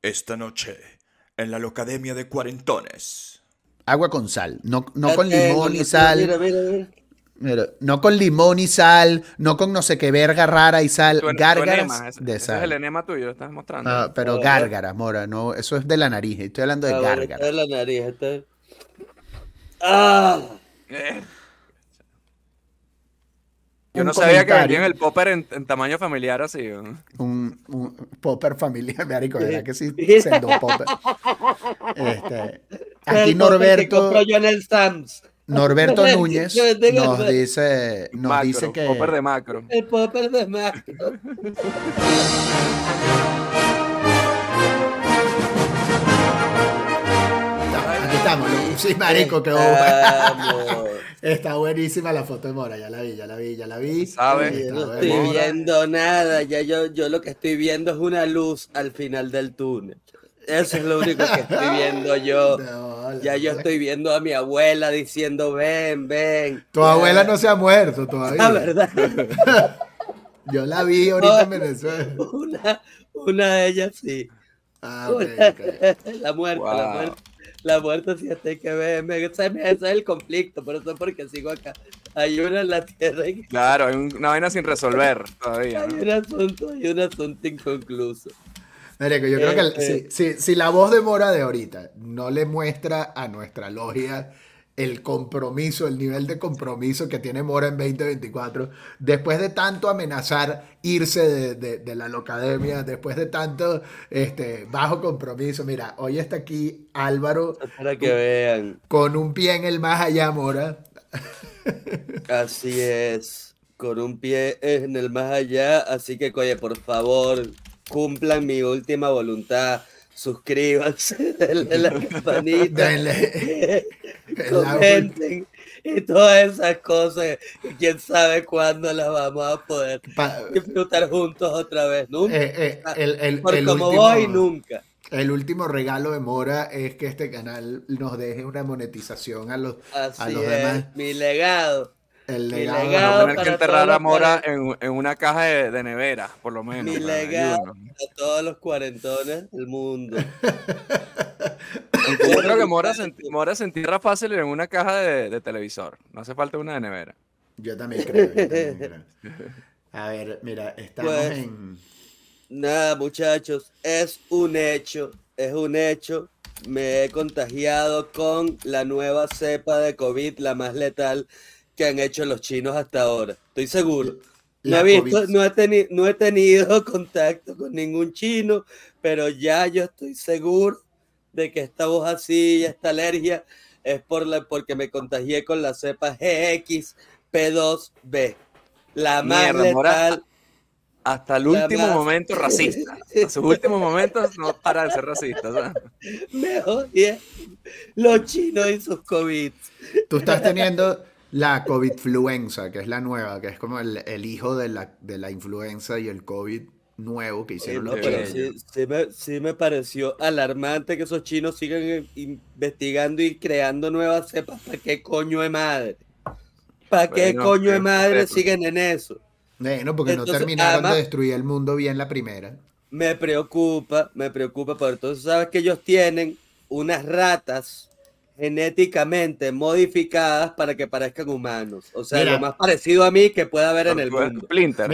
Esta noche, en la Locademia de Cuarentones. Agua con sal, no con limón y Mira, sal. mira. Mira, no con limón y sal, no con no sé qué verga rara y sal, Tu gárgaras enema, ese de es el sal. enema tuyo, estás mostrando. Ah, pero Ajá. gárgaras, mora, no, eso es de la nariz, estoy hablando de Ah, bueno, está gárgaras. en la nariz. ¡Ah! Eh, Yo Un no sabía que comentario, vendían el popper en tamaño familiar así. ¿No? un popper familiar, marico, ¿verdad que sí? Sendo popper. Aquí El popper que compro Norberto, yo en el Sam's. Norberto Que Núñez venden nos dice Popper que de macro. el popper de Macro. aquí estamos, sí, marico, que Estamos. está buenísima la foto de Mora, ya la vi. ¿Sabes? Yo Está no buena. estoy viendo nada. Yo lo que estoy viendo es una luz al final del túnel. Eso es lo único que estoy viendo yo. No, Ya yo estoy viendo a mi abuela diciendo, ven. Tu abuela no se ha muerto todavía. La verdad. Yo la vi ahorita en Venezuela. Una de ellas sí. Ah, ok. La muerte, Wow. la muerte sí está que verme. Ese es el conflicto, por eso es porque sigo acá. Hay una en la tierra y Claro, hay una vaina sin resolver todavía. hay ¿no? un asunto inconcluso. Marico, yo creo que si la voz de Mora de ahorita no le muestra a nuestra logia el compromiso, el nivel de compromiso que tiene Mora en 2024, después de tanto amenazar irse de la Locademia, después de tanto bajo compromiso, mira, hoy está aquí Álvaro Para que vean. con un pie en el más allá, Mora. Así es. Con un pie en el más allá. Así que, oye, por favor, cumplan mi última voluntad. Suscríbanse, denle la campanita. Comenten y todas esas cosas. Y quién sabe cuándo las vamos a poder disfrutar juntos otra vez. Nunca. Por como voy, nunca. El último regalo de Mora es que este canal nos deje una monetización a los demás. Mi legado. El Mi legado. legado. Vamos a tener que para enterrar todos a Mora los en una caja de nevera, por lo menos. Mi para legado ayudarnos. a todos los cuarentones del mundo. Aunque yo creo que Mora se entierra fácil en una caja de televisor. No hace falta una de nevera. Yo también creo. A ver, mira, estamos Pues, en... Nada, muchachos, es un hecho. Me he contagiado con la nueva cepa de COVID, la más letal que han hecho los chinos hasta ahora. Estoy seguro. No he tenido contacto con ningún chino, pero ya yo estoy seguro de que esta voz así y esta alergia es porque me contagié con la cepa GXP2B, la más Mierda, Mora, letal. hasta el último momento racista. Hasta sus últimos momentos no para de ser racista. ¿Sabes? Me odié los chinos y sus COVID. Tú estás teniendo la COVID-fluenza, que es la nueva, que es como el hijo de la influenza y el COVID nuevo que hicieron No, los pero chinos. sí me pareció alarmante que esos chinos sigan investigando y creando nuevas cepas. ¿Para qué coño de madre? ¿Para qué Bueno, coño de qué madre respeto. siguen en eso? Bueno, porque no Entonces, terminaron además, de destruir el mundo bien la primera. me preocupa, pero entonces sabes que ellos tienen unas ratas genéticamente modificadas para que parezcan humanos. O sea, Mira, lo más parecido a mí que pueda haber en el mundo. Splinter.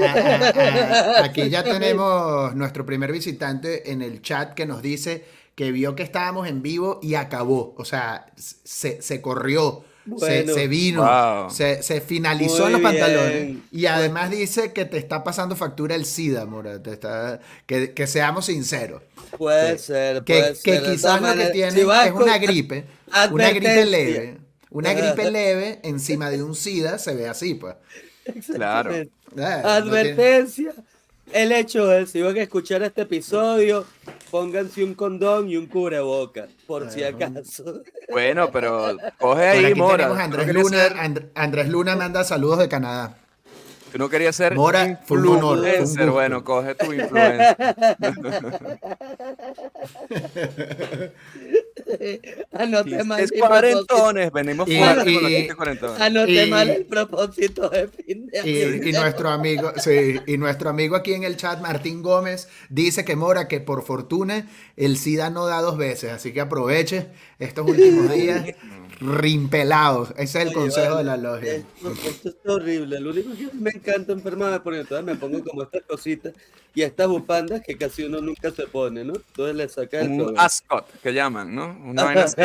Mira, aquí ya tenemos nuestro primer visitante en el chat que nos dice que vio que estábamos en vivo y acabó. O sea, se corrió. Bueno, se vino, wow. se finalizó Muy en los pantalones. bien. Y además dice que te está pasando factura el SIDA, Mora. Que seamos sinceros. Puede ser. Que De quizás todas lo que maneras, tiene si vas es una con gripe. Una gripe advertencia. leve. Una gripe leve encima de un SIDA se ve así, pues. Claro. Exactamente. No Advertencia. El hecho es, si van a escuchar este episodio, pónganse un condón y un cubrebocas, por si acaso. Bueno, pero coge Por ahí, aquí Mora. tenemos a Andrés Luna. Andrés Luna manda saludos de Canadá. Tú no querías ser Mora, fue un honor, fue un influencer. gusto. Bueno, coge tu influencer. Anoté mal Es mi propósito. cuarentones, venimos Y- fuertes y- con los chistes cuarentones. Anoté Y- mal el propósito de fin de año. Y nuestro amigo, sí, y nuestro amigo aquí en el chat, Martín Gómez, dice que Mora, que por fortuna el SIDA no da 2 veces, así que aproveche estos últimos días rimpelados. Ese es el Oye, consejo vale, de la logia. esto está horrible. Lo único que me encanta enfermarme porque entonces me pongo como estas cositas y estas bufandas que casi uno nunca se pone, ¿no? Entonces le saca el Un provecho. ascot que llaman, ¿no? Una vaina así.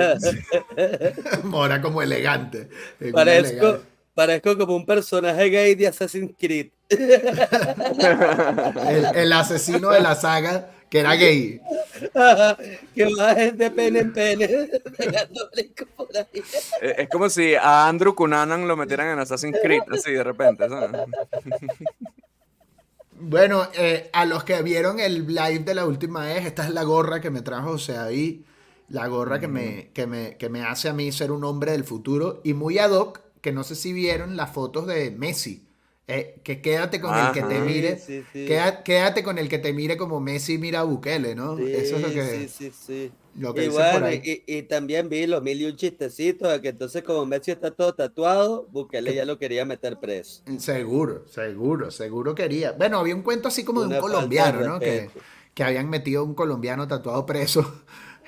Mora como elegante. Parezco como un personaje gay de Assassin's Creed. El asesino de la saga que era gay. Que va de pene en pene, pegando brinco por ahí. Es como si a Andrew Cunanan lo metieran en Assassin's Creed, así de repente, ¿sabes? Bueno, a los que vieron el live de la última vez, esta es la gorra que me trajo José David, la gorra que me hace a mí ser un hombre del futuro, y muy ad hoc, que no sé si vieron las fotos de Messi, que quédate con el que te Ajá. mire, Sí. quédate con el que te mire como Messi mira a Bukele, ¿no? Eso es lo que, Sí. lo que Y dicen por bueno, ahí. y también vi los 1001 chistecitos de que entonces como Messi está todo tatuado, Bukele ya lo quería meter preso. Seguro quería. Bueno, había un cuento así como de un Una falta de colombiano, ¿no? respeto. Que habían metido un colombiano tatuado preso.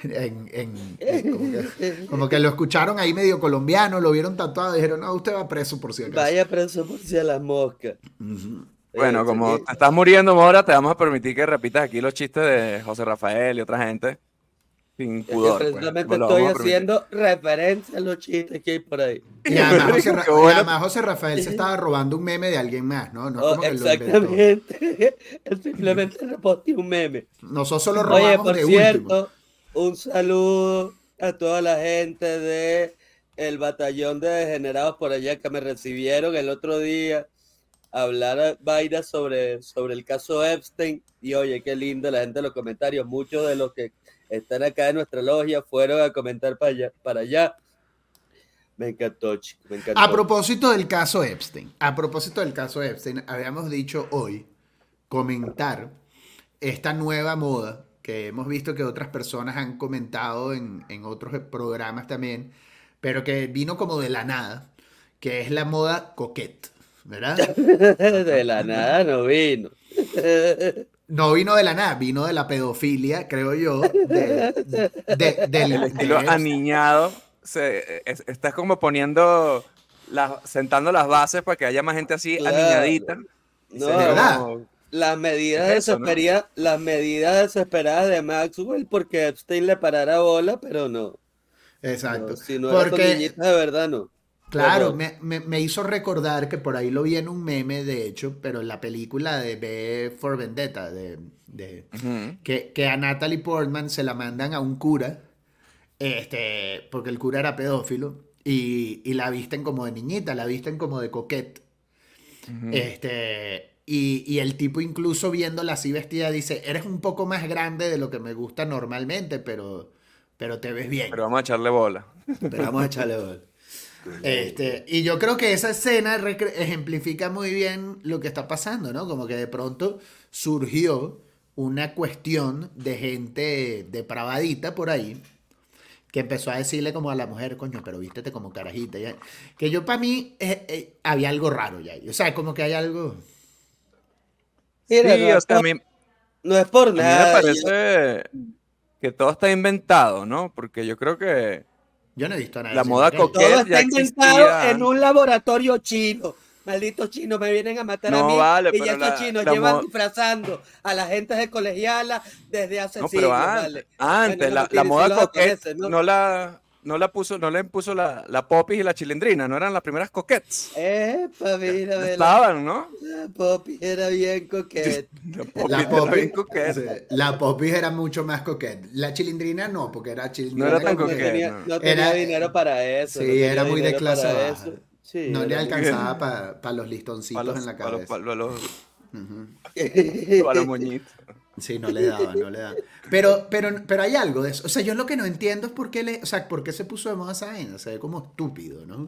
Como que lo escucharon ahí medio colombiano, lo vieron tatuado y dijeron, no, usted va preso por si acaso. Vaya preso por si a las moscas. Bueno, como Sí. te estás muriendo, Mora, te vamos a permitir que repitas aquí los chistes de José Rafael y otra gente. Sin Es que pudor. pues. precisamente Lo estoy vamos a permitir. haciendo referencia a los chistes que hay por ahí. Y además, Qué bueno. y además José Rafael se estaba robando un meme de alguien más, ¿no? No es Oh, como que lo inventó. exactamente. Él simplemente reposteó un meme. Nosotros solo Oye, robamos por de último. cierto, un saludo a toda la gente de el batallón de degenerados por allá que me recibieron el otro día a hablar vainas sobre el caso Epstein. Y oye, qué lindo la gente en los comentarios. Muchos de los que están acá en nuestra logia fueron a comentar para allá. Me encantó, chico, me encantó. A propósito del caso Epstein, habíamos dicho hoy comentar esta nueva moda que hemos visto que otras personas han comentado en otros programas también, pero que vino como de la nada, que es la moda coquette, ¿verdad? De la nada no vino. No vino de la nada, vino de la pedofilia, creo yo, del El estilo de- aniñado. Estás como poniendo, sentando las bases para que haya más gente así Claro. aniñadita. No, ¿De verdad? las medidas Es eso, ¿no? las medidas desesperadas de Maxwell porque Epstein le parara bola, pero no. Exacto. No, si no era con Porque niñitas de verdad, no. claro, Pero- me hizo recordar que por ahí lo vi en un meme, de hecho, pero en la película de V for Vendetta, Ujú. que a Natalie Portman se la mandan a un cura, porque el cura era pedófilo, y la visten como de niñita, la visten como de coquette. Ujú. Y el tipo incluso viéndola así vestida dice, eres un poco más grande de lo que me gusta normalmente, pero te ves bien. Pero vamos a echarle bola. Pero vamos a echarle bola. Y yo creo que esa escena ejemplifica muy bien lo que está pasando, ¿no? Como que de pronto surgió una cuestión de gente depravadita por ahí que empezó a decirle como a la mujer, coño, pero vístete como carajita. Ya. Que yo para mí había algo raro ya. O sea, como que hay algo... Mira, Sí, o sea, a mí no es por me nada. parece que todo está inventado, ¿no? Porque yo creo que Yo no he visto nada. La moda Todo coquette está ya inventado existía. en un laboratorio chino. Malditos chinos me vienen a matar a No, mí. vale, y pero ya estos chinos la llevan mo- disfrazando a la gente de colegiala desde hace No, pero siglos, antes, vale. antes Bueno, la no, moda sí los coquette japoneses, ¿no? no le impuso la popis y la chilindrina, no eran las primeras coquettes. Epa, mira, vela. Estaban, ¿no? La Poppy era bien coqueta. La popis era bien coquette. sí, la popis era mucho más coquette. La chilindrina no, porque era chilindrina. No era tan como que- coquette. No tenía Era- dinero para eso. Sí, no tenía era muy de dinero clase para baja. eso. Sí, No le era muy- alcanzaba para los listoncitos en la cabeza. Para los Ujú. moñitos. Sí, no le daba. Pero hay algo de eso. O sea, yo lo que no entiendo es por qué por qué se puso de moda esa vaina. Se ve como estúpido, ¿no?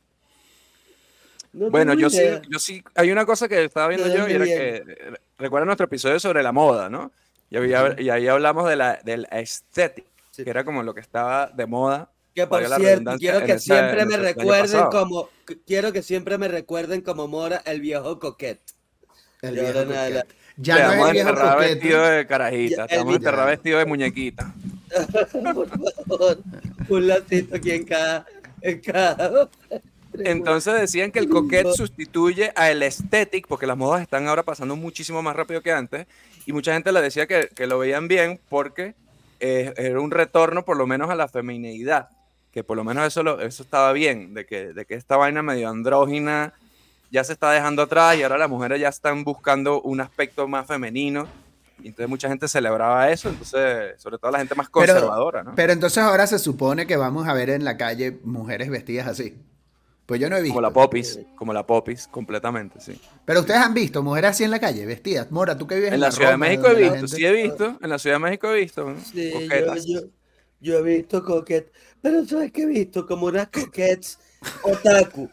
No Bueno, tengo yo idea. sí, hay una cosa que estaba viendo No, yo y era bien. que, recuerda nuestro episodio sobre la moda, ¿no? Y ahí hablamos de la estética, Sí. que era como lo que estaba de moda. Que por valga la cierto, redundancia, quiero en que ese- siempre en me ese- el año recuerden pasado. como, quiero que siempre me recuerden como Mora, el viejo coquete. El De ahora viejo en adelante. coquete. Te Ya no es vamos el a viejo enterrar vestido coquete. de carajita, te El vamos a enterrar Ya. vestido de muñequita. Por favor, un lacito aquí en cada. Entonces decían que el coquette sustituye a el aesthetic, porque las modas están ahora pasando muchísimo más rápido que antes, y mucha gente le decía que lo veían bien porque era un retorno por lo menos a la femineidad, que por lo menos eso estaba bien, de que esta vaina medio andrógina ya se está dejando atrás y ahora las mujeres ya están buscando un aspecto más femenino, y entonces mucha gente celebraba eso, entonces sobre todo la gente más conservadora, ¿no? Pero entonces ahora se supone que vamos a ver en la calle mujeres vestidas así. Pues yo no he visto. Como la popis, completamente, sí. Pero ustedes han visto mujeres así en la calle, vestidas. Mora, tú que vives En en la la Ciudad de Roma, México he donde la visto, gente... sí he visto, en la Ciudad de México he visto, ¿no? Sí, Coquetas. yo he visto coquettes, pero ¿sabes qué he visto? Como unas coquettes otaku.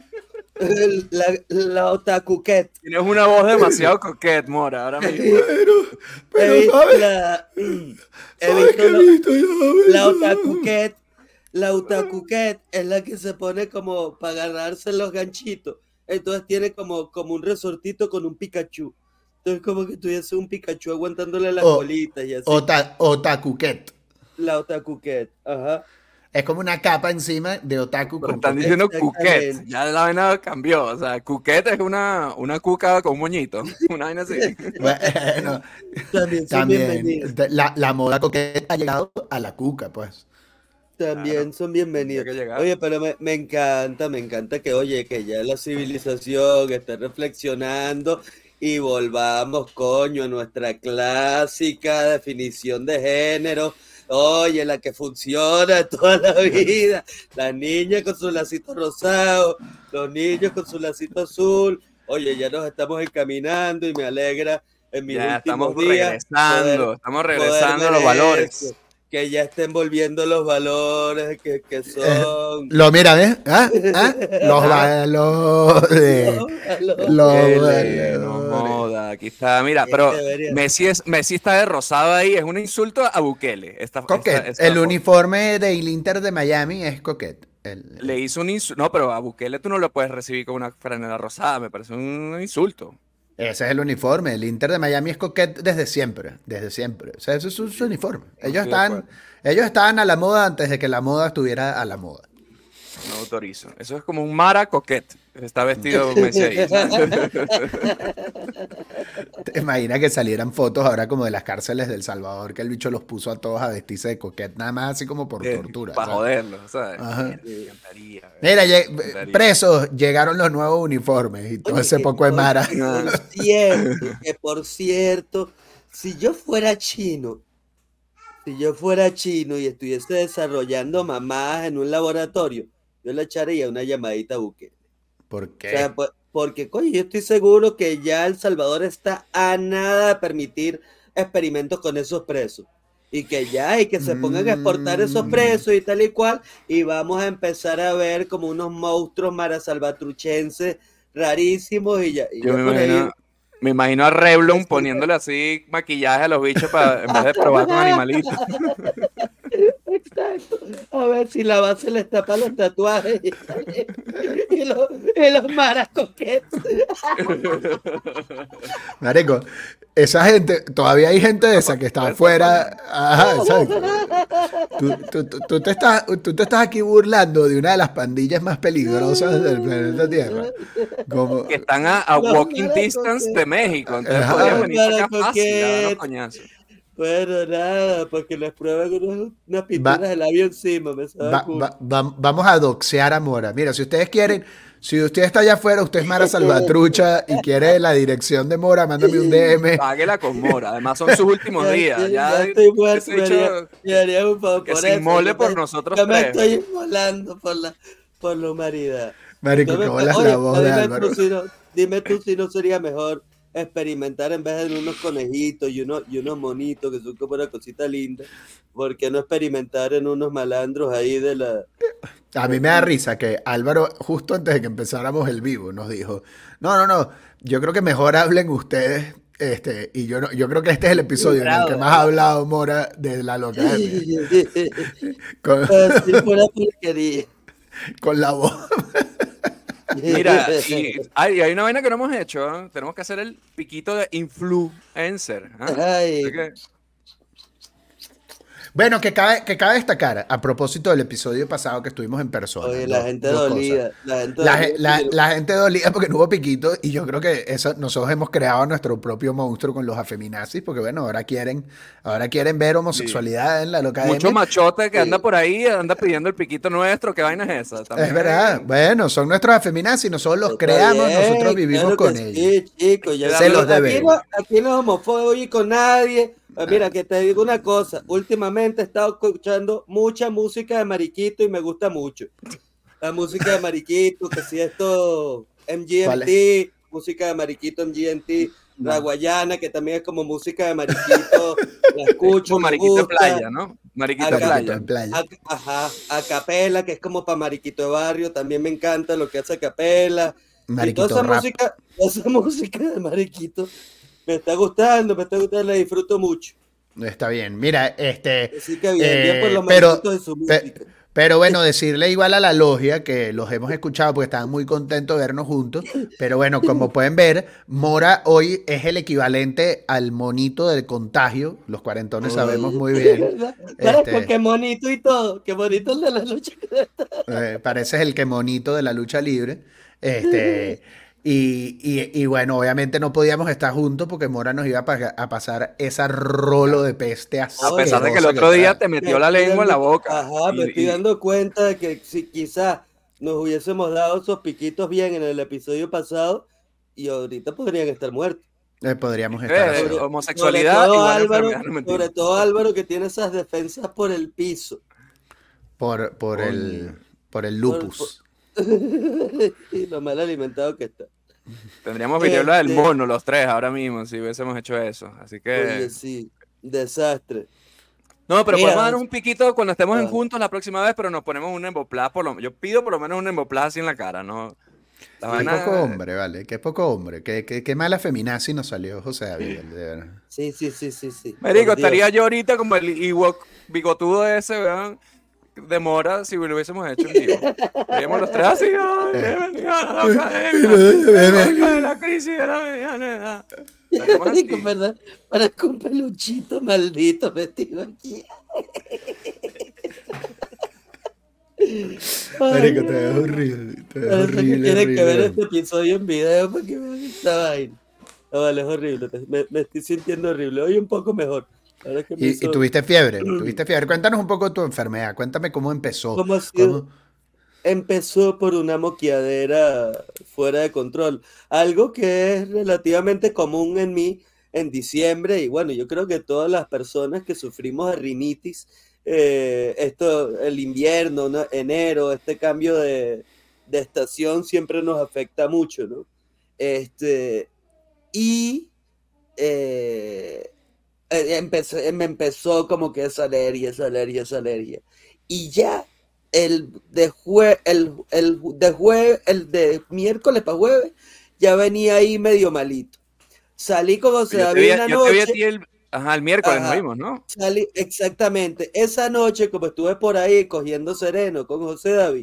La otakuquette. Tienes una voz demasiado coquette, Mora, ahora mismo. He Pero, visto ¿sabes? he ¿Sabes visto qué he visto yo? la otakuquette. La otakuquette es la que se pone como para agarrarse los ganchitos. Entonces tiene como un resortito con un Pikachu. Entonces como que tuviese un Pikachu aguantándole las O- colitas y así. Otakuquet. La otakuquette, ajá. Es como una capa encima de otaku Pero con están coquet. diciendo Exactamente. cuquet, ya la vaina cambió. O sea, cuquet es una cuca con un moñito, una vaina así. Bueno, También son también bienvenidos. la moda coquet ha llegado a la cuca, pues. También son bienvenidos. Tendría que llegar. Oye, pero me encanta que, oye, que ya la civilización esté reflexionando y volvamos, coño, a nuestra clásica definición de género. Oye, la que funciona toda la vida. La niña con su lacito rosado, los niños con su lacito azul. Oye, ya nos estamos encaminando y me alegra en mis Ya últimos estamos días regresando poder a ver los valores. eso, que ya estén volviendo los valores que son. Lo mira, ¿ves? ¿Ah? ¿Ah? Los valores. Los Ele, no valores. joda, aquí está. Mira, Que pero debería- Messi está de rosado ahí, es un insulto a Bukele. Coquet. El uniforme del Inter de Miami es coquet. Le hizo un insulto. No, pero a Bukele tú no lo puedes recibir con una franela rosada, me parece un insulto. Ese es el uniforme. El Inter de Miami es coquet desde siempre. Desde siempre. O sea, ese es su uniforme. Ellos estoy de acuerdo. estaban a la moda antes de que la moda estuviera a la moda. No autorizo. Eso es como un Mara coquet. Está vestido Messi ahí. ¿Te imaginas que salieran fotos ahora como de las cárceles del Salvador, que el bicho los puso a todos a vestirse de coquet, nada más así como por tortura? Para ¿sabes? joderlo, ¿sabes? Ajá. Me encantaría. Mira, encantaría. presos, llegaron los nuevos uniformes y todo Oye, ese que poco de mara. por cierto, si yo fuera chino y estuviese desarrollando mamadas en un laboratorio, yo le echaría una llamadita a Bukele. ¿Por O qué? sea, porque, coño, yo estoy seguro que ya El Salvador está a nada de permitir experimentos con esos presos. Y que ya, y que se pongan a exportar esos presos y tal y cual, y vamos a empezar a ver como unos monstruos marasalvatruchenses rarísimos y ya. Y Yo ya por ahí. me imagino a Revlon poniéndole así maquillaje a los bichos en vez de probar con animalitos. Exacto. A ver si la base les tapa los tatuajes y los maras coquetes. Marico, esa gente, todavía hay gente de esa que está afuera. Ajá, exacto. Tú te estás aquí burlando de una de las pandillas más peligrosas del planeta Tierra. Como, Que están a Los walking maras distance coquetes. de México. Entonces Ajá. podrían venir para acá Los maras fácil a darnos coquetes. coñazos. Bueno, nada, porque les prueben unas pinturas de labio encima, me sabe cool. vamos a doxear a Mora. Mira, si ustedes quieren, si usted está allá afuera, usted es Mara Salvatrucha y quiere la dirección de Mora, mándame un DM. Páguela con Mora. Además son sus últimos días. Ya estoy muerto, ese bicho me haría un favor que por se eso. inmole Yo por me- nosotros Yo me tres. estoy inmolando por la humanidad. Marico, Yo me- que bolas Oye, la voz de dime Álvaro. dime tú si no sería mejor experimentar en vez de unos conejitos y unos monitos que son como una cosita linda. ¿Por qué no experimentar en unos malandros ahí de la... A mí me da risa que Álvaro, justo antes de que empezáramos el vivo, nos dijo, no, yo creo que mejor hablen ustedes Y yo creo que este es el episodio en el que más ha hablado Mora de la locademia. Con, Así fue la porquería. con la voz. Mira, y hay una vaina que no hemos hecho, ¿eh? Tenemos que hacer el piquito de influencer. ¿Eh? Ay. Así que, Bueno, que cabe destacar, a propósito del episodio pasado que estuvimos en persona. Oye, la gente dolida. La gente dolida porque no hubo piquito y yo creo que eso nosotros hemos creado nuestro propio monstruo con los afeminazis porque bueno, ahora quieren ver homosexualidad en la locademia. mucho machote que anda por ahí, anda pidiendo el piquito nuestro. ¿Qué vaina es esa? También Es verdad, bueno, son nuestros afeminazis, nosotros los creamos, nosotros vivimos con ellos. Sí, chicos, Se los debemos. Aquí no homofóbico con nadie. Mira, que te digo una cosa, últimamente he estado escuchando mucha música de Mariquito y me gusta mucho. La música de Mariquito, que si esto MGMT, música de Mariquito MGMT, La Guayana, que también es como música de Mariquito, la escucho, me Mariquito de gusta. playa, ¿no? Mariquito de playa. En playa. A capela, que es como para Mariquito de barrio, también me encanta lo que hace a capela. Mariquito y toda rap. esa música de Mariquito me está gustando, la disfruto mucho. Está bien, mira, Así que bien por los pero, Mariquitos de su música. pero bueno, decirle igual a la logia que los hemos escuchado porque estaban muy contentos de vernos juntos, pero bueno, como pueden ver, Mora hoy es el equivalente al monito del contagio, los cuarentones sabemos muy bien. Qué bonito y todo, qué bonito el de la lucha. Pareces el que monito de la lucha libre. Y bueno, obviamente no podíamos estar juntos porque Mora nos iba a pasar esa rolo de peste A pesar de que el otro día te metió la lengua en la boca. Ajá, me estoy dando cuenta de que si quizás nos hubiésemos dado esos piquitos bien en el episodio pasado y ahorita podrían estar muertos. Podríamos estar así. Homosexualidad sobre todo Álvaro que tiene esas defensas por el piso. Por el lupus. Y lo mal alimentado que está. Tendríamos viruela del mono los tres ahora mismo si hubiésemos hecho eso. Así que. Oye, sí, desastre. No, pero podemos darnos un piquito cuando estemos juntos la próxima vez, pero nos ponemos una emboplada yo pido por lo menos una emboplada así en la cara, ¿no? Qué poco hombre, vale, qué poco hombre. Qué mala feminazi nos salió José David, de verdad. Sí. Marico, estaría yo ahorita como el Ewok bigotudo ese, vean. Demora si lo hubiésemos hecho en vivo. Veíamos los tres así, bienvenido a la academia, de la crisis de la mediana edad. Marico, ¿verdad? Parezco un peluchito maldito metido aquí. Marico, te ves horrible. Tienen que ver este episodio en video para que vean esta vaina. No, vale, es horrible. Me estoy sintiendo horrible. Hoy un poco mejor. ¿Y tuviste fiebre? Cuéntanos un poco de tu enfermedad. Cuéntame cómo empezó. Empezó por una moqueadera fuera de control. Algo que es relativamente común en mí en diciembre. Y bueno, yo creo que todas las personas que sufrimos de rinitis, el invierno, ¿no? Enero, este cambio de estación siempre nos afecta mucho, ¿no? Me empezó como que esa alergia. Y ya el de miércoles para jueves ya venía ahí medio malito. Salí como se había una noche. El miércoles nos vimos, ¿no? Salí, exactamente. Esa noche, como estuve por ahí cogiendo sereno con José David,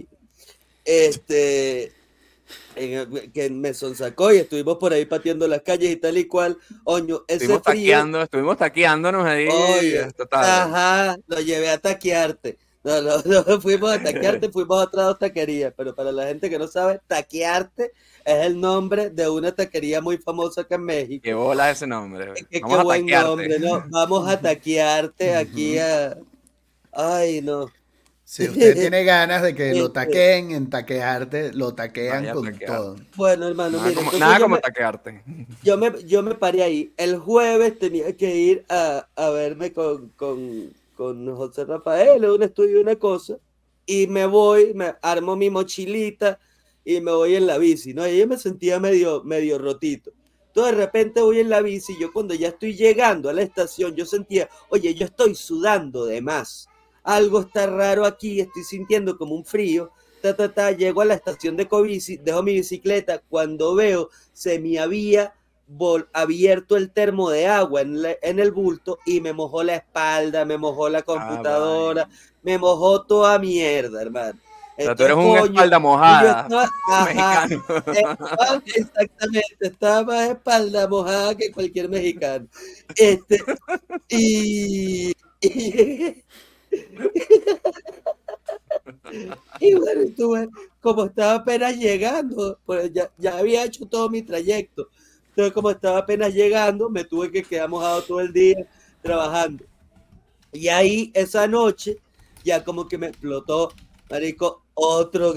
que me sonsacó y estuvimos por ahí pateando las calles y tal y cual. Oño, ese frío. Estuvimos taqueándonos ahí. Oye, ajá, lo llevé a taquearte. No fuimos a taquearte, fuimos a otra taquería. Pero para la gente que no sabe, taquearte es el nombre de una taquería muy famosa acá en México. Qué bola ese nombre. Qué buen nombre, ¿no? Vamos a taquearte aquí a... Ay, no. Si usted tiene ganas de que lo taqueen en taquearte, lo taquean con todo. Bueno, hermano, mire. Nada como taquearte. Yo me paré ahí. El jueves tenía que ir a verme con José Rafael, un estudio, una cosa, y me armo mi mochilita y me voy en la bici, ¿no? Y yo me sentía medio rotito. Entonces de repente voy en la bici y yo cuando ya estoy llegando a la estación, yo sentía, oye, yo estoy sudando de más. Algo está raro aquí, estoy sintiendo como un frío. Llego a la estación de Covici, dejo mi bicicleta, cuando veo se me había abierto el termo de agua en el bulto y me mojó la espalda, me mojó la computadora, me mojó toda mierda, hermano. O sea, tú eres un espalda mojada mexicano. Exactamente, estaba más espalda mojada que cualquier mexicano. Y bueno, como estaba apenas llegando, pues ya había hecho todo mi trayecto. Entonces, como estaba apenas llegando, me tuve que quedar mojado todo el día trabajando. Y ahí, esa noche, ya como que me explotó, marico, otro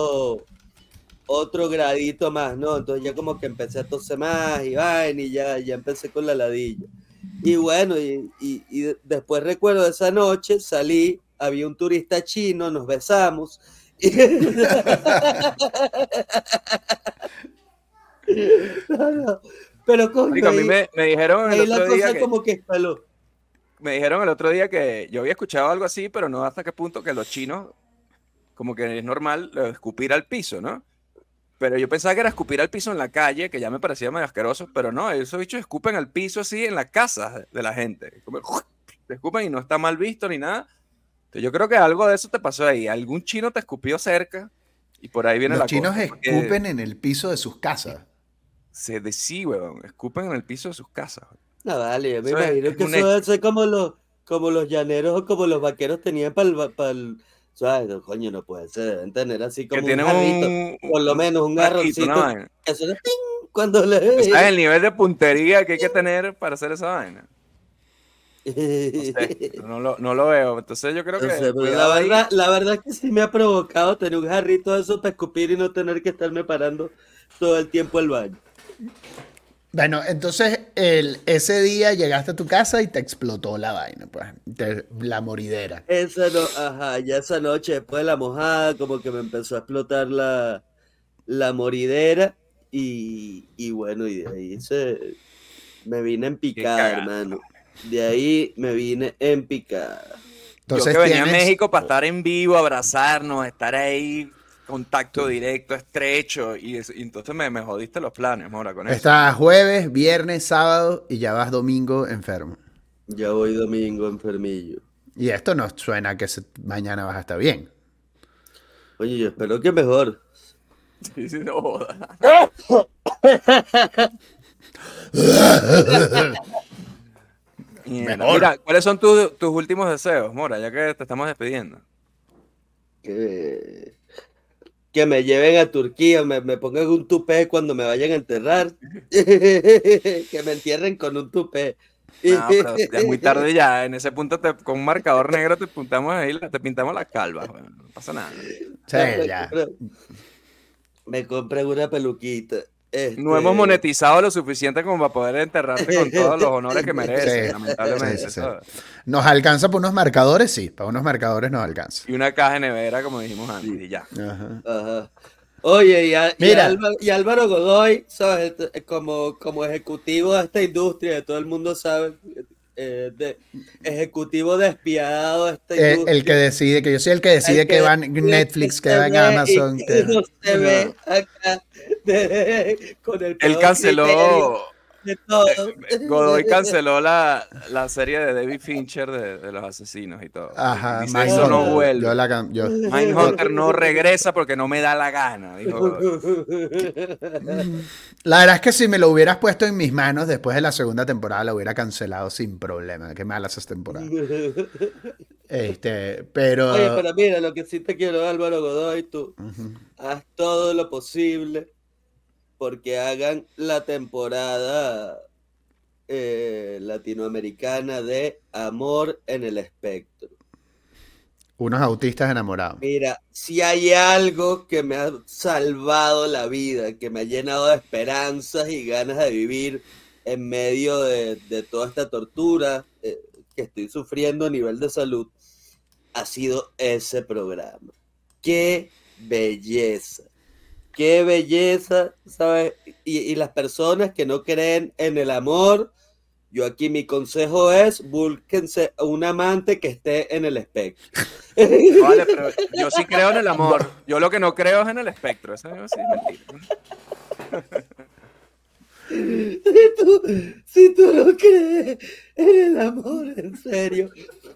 gradito más, ¿no? Entonces ya como que empecé a toser más y vaina, y ya empecé con la ladilla. Y bueno, y después recuerdo de esa noche, salí, había un turista chino, nos besamos. No. Pero coño, a mí me dijeron el otro día que... como que escaló. Me dijeron el otro día que yo había escuchado algo así, pero no hasta qué punto que los chinos, como que es normal escupir al piso, ¿no? Pero yo pensaba que era escupir al piso en la calle, que ya me parecía medio asqueroso, pero no, esos bichos escupen al piso así en la casa de la gente. Como, te escupen y no está mal visto ni nada. Entonces yo creo que algo de eso te pasó ahí. Algún chino te escupió cerca y por ahí viene la cosa. Los chinos escupen en el piso de sus casas. Sí, weón, escupen en el piso de sus casas. No, vale, yo me imagino que eso debe ser como los llaneros o como los vaqueros tenían para el ¿sabes? No, coño, no puede ser, deben tener así como un jarrito, por lo menos un garroncito. Eso es ¡ping! Cuando le... ¿Sabes el nivel de puntería que hay que tener para hacer esa vaina? No sé, no lo veo. Entonces yo creo que... sé, la verdad es que sí me ha provocado tener un jarrito de eso para escupir y no tener que estarme parando todo el tiempo al baño. Bueno, entonces ese día llegaste a tu casa y te explotó la vaina, pues, la moridera. Ya esa noche después de la mojada, como que me empezó a explotar la moridera y bueno, y de ahí me vine en picada, hermano. De ahí me vine en picada. Entonces, yo que venía a México para estar en vivo, abrazarnos, estar ahí, contacto directo, estrecho, y entonces me jodiste los planes, Mora, con eso. Estás jueves, viernes, sábado y ya vas domingo enfermo. Ya voy domingo enfermillo. Y esto no suena que mañana vas a estar bien. Oye, yo espero que mejor. Sí, no jodas. Mira, ¿cuáles son tus últimos deseos, Mora, ya que te estamos despidiendo? Que me lleven a Turquía, me pongan un tupé cuando me vayan a enterrar. Que me entierren con un tupé. No, pero ya es muy tarde ya. En ese punto con un marcador negro te pintamos las calvas. Bueno, no pasa nada. Sí, ya. Me compré una peluquita. No hemos monetizado lo suficiente como para poder enterrarte con todos los honores que mereces, lamentablemente. Sí. ¿Nos alcanza para unos marcadores? Sí, para unos marcadores nos alcanza. Y una caja de nevera, como dijimos antes, y ya. Ajá. Oye, y Álvaro Godoy, ¿sabes? Como ejecutivo de esta industria, de todo el mundo sabe, ejecutivo despiadado de esta industria. El que decide, que yo soy el que decide que va en Netflix, que va en Amazon. Que no se ve acá con el él canceló. Godoy canceló la serie de David Fincher de los asesinos y todo. Ajá, eso no vuelve. Mindhunter no regresa porque no me da la gana, dijo. La verdad es que si me lo hubieras puesto en mis manos después de la segunda temporada, lo hubiera cancelado sin problema. Qué malas esas temporadas. Pero... Oye, pero mira, lo que sí te quiero, Álvaro Godoy, tú haz todo lo posible porque hagan la temporada latinoamericana de Amor en el Espectro. Unos autistas enamorados. Mira, si hay algo que me ha salvado la vida, que me ha llenado de esperanzas y ganas de vivir en medio de toda esta tortura que estoy sufriendo a nivel de salud, ha sido ese programa. ¡Qué belleza! ¡Qué belleza! ¿Sabes? Y las personas que no creen en el amor, yo aquí mi consejo es, búsquense un amante que esté en el espectro. Vale, pero yo sí creo en el amor. Yo lo que no creo es en el espectro. Eso sí es mentira. Si tú no crees en el amor, en serio.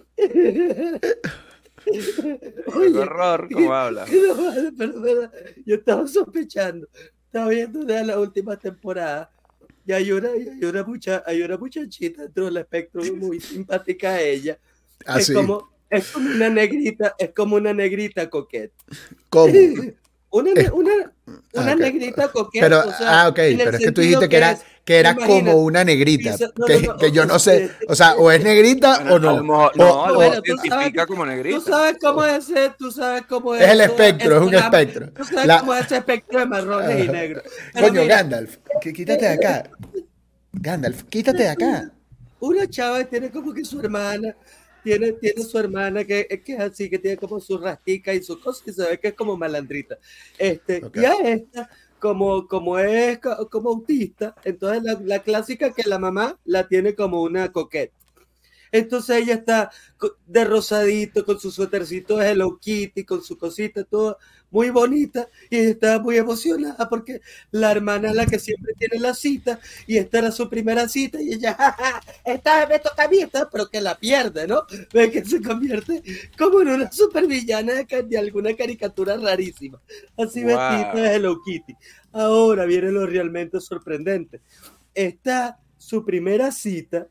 Qué horror, ¿cómo habla? No, vale, pero, yo estaba sospechando. Estaba viendo una de las últimas temporadas. Y hay una muchachita dentro del espectro muy simpática a ella. Ah, Es sí. es como una negrita coqueta. ¿Cómo? Una Ok. negrita coqueta. Pero, O sea, ok, en el pero es que tú sentido dijiste que era imagínate, como una negrita, no, que yo no sé, o sea, o es negrita Bueno, o no. a lo mejor, O- no, a lo o- mejor tú se sabes identifica como negrita. tú sabes cómo es el eso, espectro, es un esa gama, espectro. tú sabes cómo es ese espectro de marrones y negros. Pero Coño, mira, Gandalf, quítate de acá. Gandalf, quítate de acá. una chava tiene como que su hermana, tiene su hermana que es así, que tiene como su rastica y su cosa, y se ve que es como malandrita. Ok. Y a esta, como es como autista, entonces la clásica que la mamá la tiene como una coqueta. Entonces ella está de rosadito, con su suétercito de Hello Kitty, con su cosita, todo muy bonita, y ella está muy emocionada porque la hermana es la que siempre tiene la cita, y esta era su primera cita, y ella, esta vez me toca a mí, pero que la pierde, ¿no? Ve que se convierte como en una supervillana de alguna caricatura rarísima, así Wow. vestida de Hello Kitty. Ahora viene lo realmente sorprendente. Esta su primera cita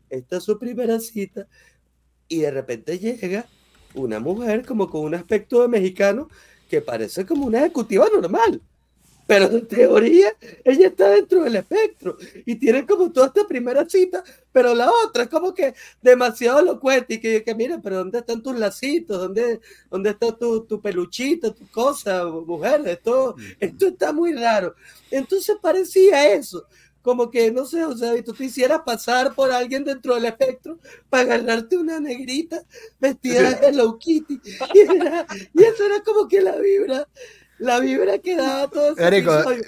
y de repente llega una mujer como con un aspecto de mexicano que parece como una ejecutiva normal, pero en teoría ella está dentro del espectro y tiene como toda esta primera cita, pero la otra es como que demasiado elocuente y que mira, pero ¿dónde están tus lacitos? ¿Dónde está tu peluchito, tu cosa, mujer? Esto está muy raro. Entonces parecía eso, como que, no sé, o sea, y tú te hicieras pasar por alguien dentro del espectro para agarrarte una negrita vestida de Hello Kitty. Y eso era como que la vibra que daba todo ese Erico, episodio.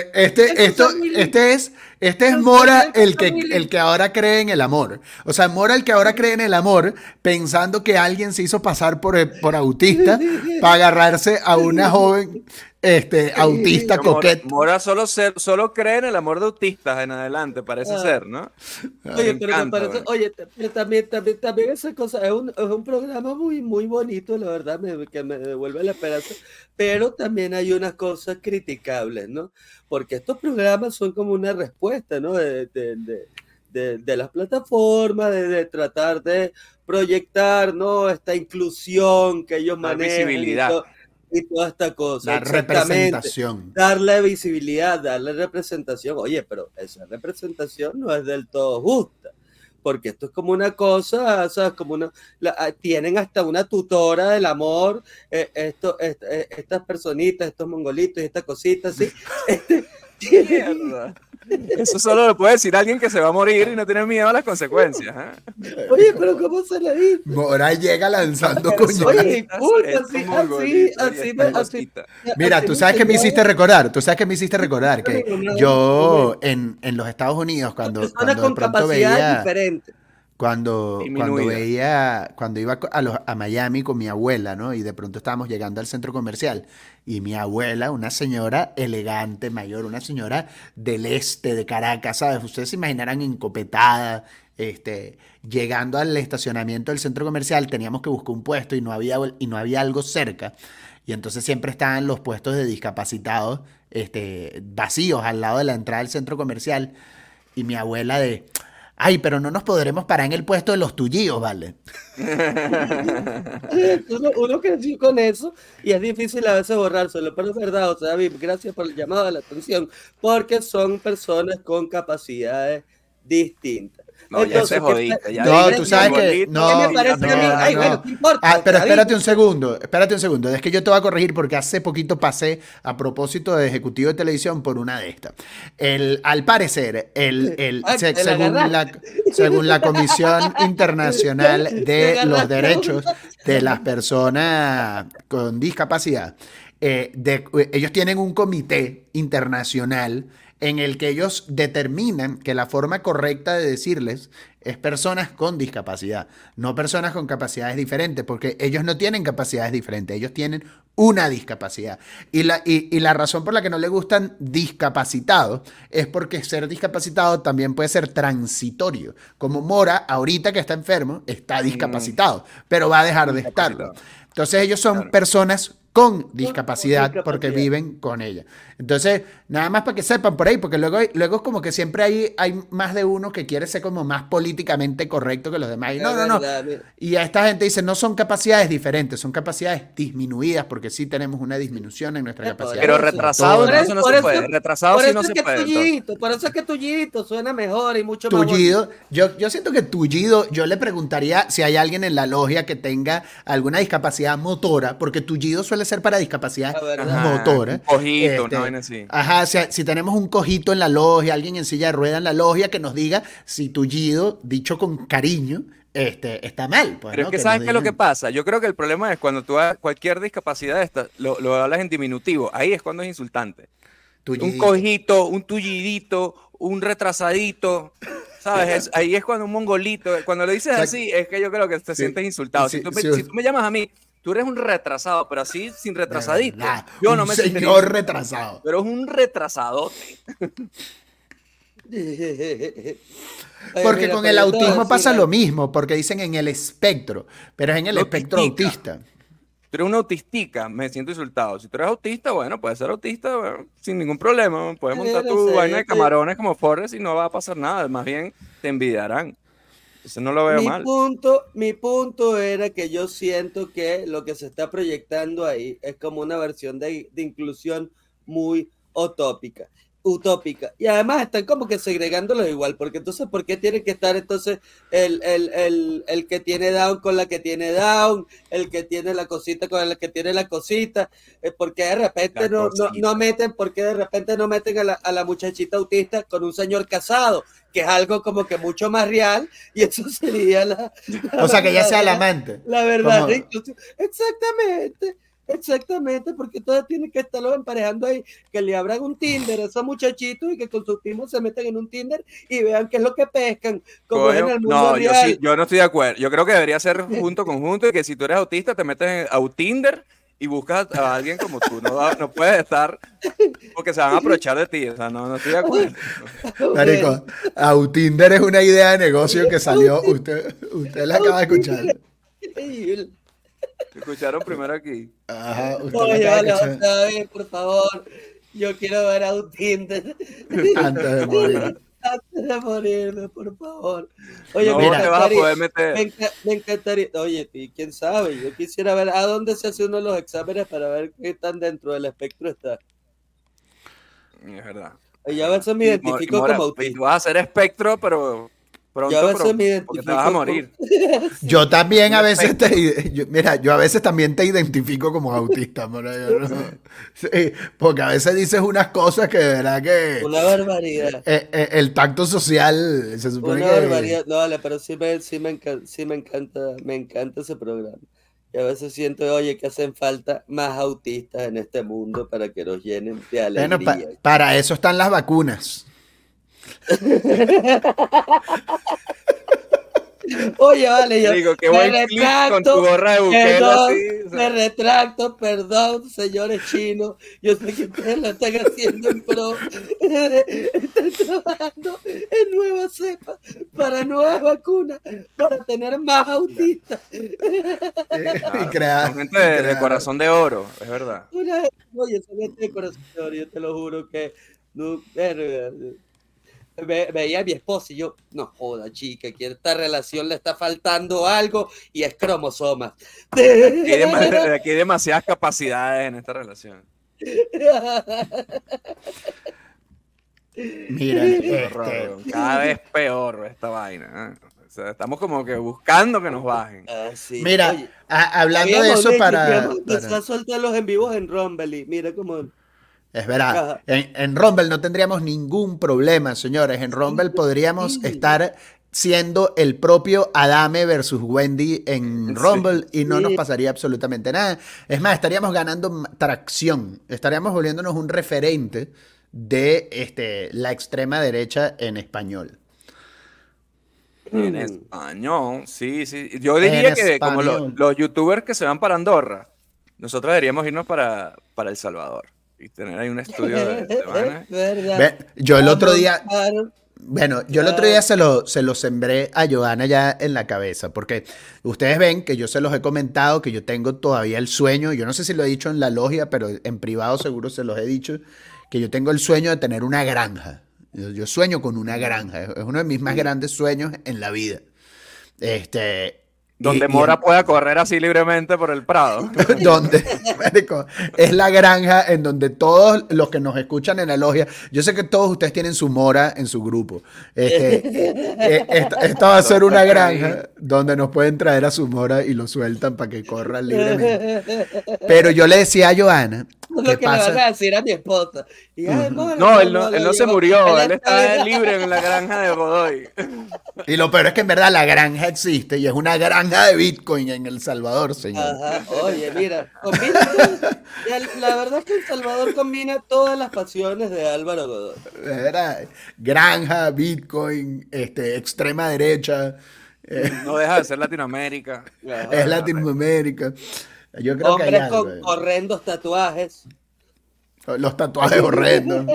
este es Mora el que ahora cree en el amor. O sea, Mora el que ahora cree en el amor pensando que alguien se hizo pasar por autista para agarrarse a una joven autista coqueta. Mora solo cree en el amor de autistas en adelante, parece ser, ¿no? Oye, Me pero encanta, me parece, bueno. pero también esa cosa, es un programa muy, muy bonito, la verdad, que me devuelve la esperanza, pero también hay unas cosas criticables, ¿no? Porque estos programas son como una respuesta, ¿no? De las plataformas, de tratar de proyectar, ¿no? Esta inclusión que ellos Dar manejan visibilidad. y toda esta cosa. La Exactamente. representación. Darle visibilidad, darle representación. Oye, pero esa representación no es del todo justa, porque esto es como una cosa, ¿sabes? Como tienen hasta una tutora del amor, estas personitas, estos mongolitos y estas cositas, ¿sí? Mierda. Eso solo lo puede decir alguien que se va a morir y no tiene miedo a las consecuencias. Oye, pero ¿cómo se le dice? Mora llega lanzando coño. Oye, así. Mira, tú sabes que me hiciste recordar, que yo en los Estados Unidos cuando de pronto veía cuando iba a Miami con mi abuela, ¿no? Y de pronto estábamos llegando al centro comercial y mi abuela, una señora elegante, mayor, una señora del este de Caracas, ¿sabes? Ustedes se imaginarán encopetada, llegando al estacionamiento del centro comercial, teníamos que buscar un puesto y no había algo cerca. Y entonces siempre estaban los puestos de discapacitados vacíos al lado de la entrada del centro comercial. Y mi abuela ay, pero no nos podremos parar en el puesto de los tullíos, ¿vale? Uno creció con eso y es difícil a veces borrárselo, pero es verdad, o sea, gracias por el llamado a la atención, porque son personas con capacidades distintas. No, ya se jodiste. No, tú sabes que... No, ¿Qué me parece a mí? Ay, bueno, ¿qué importa? pero espérate un segundo. Es que yo te voy a corregir porque hace poquito pasé a propósito de ejecutivo de televisión por una de estas. Al parecer, según la Comisión Internacional de los Derechos de las Personas con Discapacidad, ellos tienen un comité internacional en el que ellos determinan que la forma correcta de decirles es personas con discapacidad, no personas con capacidades diferentes, porque ellos no tienen capacidades diferentes, ellos tienen una discapacidad. Y la razón por la que no le gustan discapacitados es porque ser discapacitado también puede ser transitorio. Como Mora, ahorita que está enfermo, está discapacitado, pero va a dejar de estarlo. Entonces ellos son personas con discapacidad porque viven con ella. Entonces, nada más para que sepan por ahí, porque luego es como que siempre hay más de uno que quiere ser como más políticamente correcto que los demás. Y no. Y a esta gente dice, no son capacidades diferentes, son capacidades disminuidas, porque sí tenemos una disminución en nuestra capacidad. Pero retrasado eso no se puede. Retrasado sí no se puede. Por eso es que Tullidito suena mejor y mucho más Tullido, yo siento que Tullido, yo le preguntaría si hay alguien en la logia que tenga alguna discapacidad motora, porque Tullido suele ser para discapacidad motora. Un cojito, una vaina así. Ajá, si tenemos un cojito en la logia, alguien en silla de ruedas en la logia, que nos diga si Tullido, dicho con cariño, está mal. Pues, pero ¿no? es que ¿sabes qué es lo que pasa? Yo creo que el problema es cuando tú hagas cualquier discapacidad esta, lo hablas en diminutivo. Ahí es cuando es insultante. Tullidito. Un cojito, un tullidito, un retrasadito, ¿sabes? Ahí es cuando un mongolito, cuando lo dices así, es que yo creo que te sientes insultado. Si tú me llamas a mí, tú eres un retrasado, pero así sin retrasadito. Yo no me sentiría. Señor retrasado. Pero es un retrasadote. Porque con el autismo pasa lo mismo, porque dicen en el espectro, pero es en el espectro autista. Tú eres una autistica, me siento insultado. Si tú eres autista, bueno, puedes ser autista, bueno, sin ningún problema. Puedes montar tu vaina de camarones como Forrest y no va a pasar nada. Más bien te envidiarán. Eso no lo veo mal. Mi punto era que yo siento que lo que se está proyectando ahí es como una versión de inclusión muy utópica. Y además están como que segregándolos igual, porque entonces, ¿por qué tiene que estar entonces el que tiene Down con la que tiene Down, el que tiene la cosita con la que tiene la cosita? Porque de repente no meten, porque de repente no meten a la muchachita autista con un señor casado, que es algo como que mucho más real, y eso sería o sea, que ya sea el amante. La verdad, Exactamente, porque todos tienen que estarlos emparejando ahí, que le abran un Tinder a esos muchachitos y que con sus primos se metan en un Tinder y vean qué es lo que pescan, como es en el mundo real. Yo no estoy de acuerdo. Yo creo que debería ser junto y que si tú eres autista te metes a Tinder y buscas a alguien como tú. No puedes estar porque se van a aprovechar de ti. O sea, no estoy de acuerdo. Marico, Autinder es una idea de negocio que salió. Usted la acaba de escuchar. Increíble. Escucharon primero aquí. Ajá, oye, vale, otra vez, por favor. Yo quiero ver a un Tinder. Antes de morir. Antes de morirme, por favor. Oye, no te vas a poder meter. Me encantaría. Oye, quién sabe. Yo quisiera ver a dónde se hace uno de los exámenes para ver qué tan dentro del espectro está. Es verdad. Y a veces me identifico como autista. Tú vas a hacer espectro, pero pronto, yo a veces me identifico porque te vas a morir. Yo también a veces yo a veces también te identifico como autista, sí, porque a veces dices unas cosas que de verdad que una barbaridad. El tacto social se supone una que barbaridad. No, vale, pero sí me encanta ese programa. Y a veces siento, oye, que hacen falta más autistas en este mundo para que nos llenen de alegría. Bueno, para eso están las vacunas. Oye, vale, yo digo, qué buen clip con tu gorra de Bukele así, o sea. Me retracto, perdón, señores chinos. Yo sé que ustedes lo están haciendo en pro. Están trabajando en nuevas cepas para nuevas vacunas, para tener más autistas. Y crear gente de corazón de oro, es verdad. Oye, son gente de corazón de oro, yo te lo juro que no, veía a mi esposa y yo, no joda, chica, que a esta relación le está faltando algo y es cromosomas. Aquí hay demasiadas capacidades en esta relación. Mira, cada vez peor esta vaina. O sea, estamos como que buscando que nos bajen. Sí. Mira, oye, hablando de eso para soltar los en vivos en Rumble y mira cómo... Es verdad, en Rumble no tendríamos ningún problema, señores. En Rumble podríamos estar siendo el propio Adame versus Wendy en Rumble y no nos pasaría absolutamente nada. Es más, estaríamos ganando tracción, estaríamos volviéndonos un referente de la extrema derecha en español. En español, sí, sí. Yo diría En que como español. los youtubers que se van para Andorra, nosotros deberíamos irnos para El Salvador y tener ahí un estudio de vaina. Ve, yo el otro día, Claro. bueno, yo el otro día se lo sembré a Johanna ya en la cabeza, porque ustedes ven que yo se los he comentado, que yo tengo todavía el sueño, yo no sé si lo he dicho en la logia, pero en privado seguro se los he dicho, que yo tengo el sueño de tener una granja. Yo sueño con una granja, es uno de mis más grandes sueños en la vida. Donde Y Mora pueda correr así libremente por el Prado. donde, marico, es la granja en donde todos los que nos escuchan en la logia, yo sé que todos ustedes tienen su mora en su grupo. Esta va a ser una granja donde nos pueden traer a su mora y lo sueltan para que corran libremente. Pero yo le decía a Johanna, Lo ¿qué que le van a pasa? decir a mi esposa. Y, ay, No, él no se murió, él está libre. libre en la granja de Godoy. Y lo peor es que en verdad la granja existe y es una granja de Bitcoin en El Salvador, señor. Ajá, oye, mira, combina todo. La verdad es que El Salvador combina todas las pasiones de Álvaro Godoy. ¿Verdad? Granja, Bitcoin, extrema derecha, No deja de ser Latinoamérica. Ajá. es Latinoamérica. Yo creo que hay Hombres algo, con horrendos tatuajes. Los tatuajes horrendos.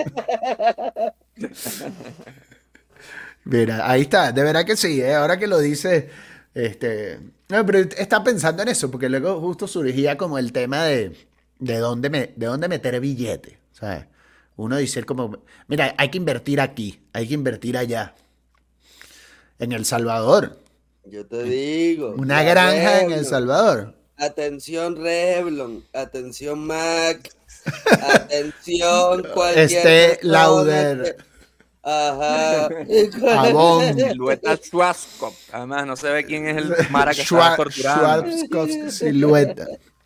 Mira, ahí está, de verdad que sí, ahora que lo dice, no, pero está pensando en eso, porque luego justo surgía como el tema de dónde meter billete, ¿sabes? Uno dice como, mira, hay que invertir aquí, hay que invertir allá, en El Salvador, Yo te digo. una la granja en El Revlon. Salvador. Atención Revlon, atención Mac, atención cualquier persona Lauder. que- Ajá. Jabón. Silueta Schwarzkopf. Además, no se ve quién es el Mara que estaba torturando. Schwarzkopf silueta.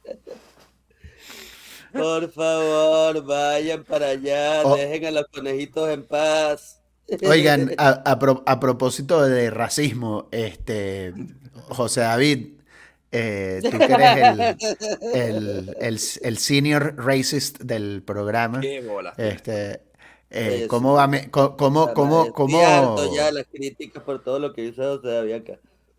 Por favor, vayan para allá, Oh. dejen a los conejitos en paz. Oigan, a propósito de racismo, José David, tú que eres el senior racist del programa, Qué bola. ¿cómo va? Estoy harto ya de las críticas por todo lo que hizo José David acá.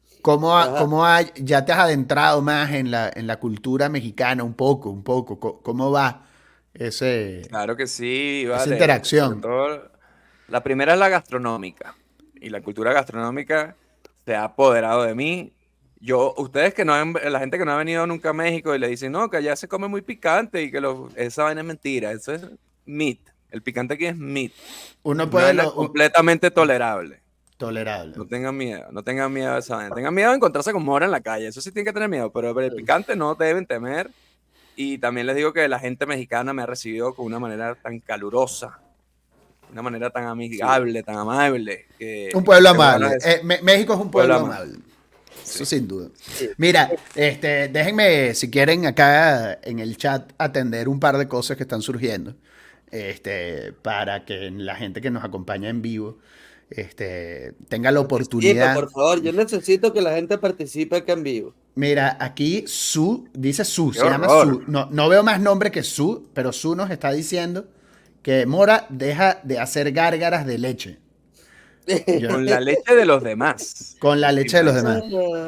Ya te has adentrado más en la cultura mexicana un poco? ¿Cómo va ese? Claro que sí, vale. interacción. Sobre todo, la primera es la gastronómica. Y la cultura gastronómica se ha apoderado de mí. Ustedes la gente que no ha venido nunca a México y le dicen, no, que allá se come muy picante y que esa vaina es mentira. Eso es meat. El picante aquí es meat. Uno puede No es completamente tolerable. tolerable. No tengan miedo de esa vaina. Tengan miedo de encontrarse con mora en la calle. Eso sí tienen que tener miedo, pero el picante no deben temer. Y también les digo que la gente mexicana me ha recibido con una manera tan calurosa, una manera tan amigable, tan amable. Un pueblo que bueno, amable. México es un pueblo pueblo amable. Eso sin duda. Mira, déjenme, si quieren, acá en el chat atender un par de cosas que están surgiendo. Para que la gente que nos acompaña en vivo tenga la oportunidad. Por favor, yo necesito que la gente participe acá en vivo. Mira, aquí dice Su, Qué se llama horror. Su. No veo más nombre que Su, pero Su nos está diciendo que Mora deja de hacer gárgaras de leche. con la leche de los demás. Con la leche de los demás.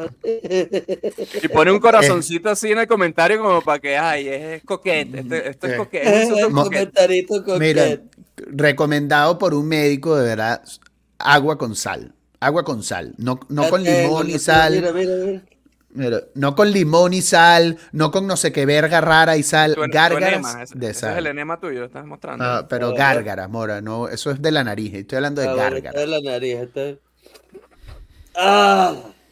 Y pone un corazoncito así en el comentario como para que, ay, es coquete. Esto es coquete. Esto es Un coquete. comentarito con Mira, recomendado por un médico, de verdad, agua con sal. Agua con sal. No con limón y sal. Mira. Mira, no con limón y sal, no con no sé qué verga rara y sal, Tu gárgaras enema, de ese es el sal. enema tuyo, lo estás mostrando. Ah, pero gárgaras, Mora, no, eso es de la nariz, estoy hablando de gárgaras. De la nariz. ¡Ah!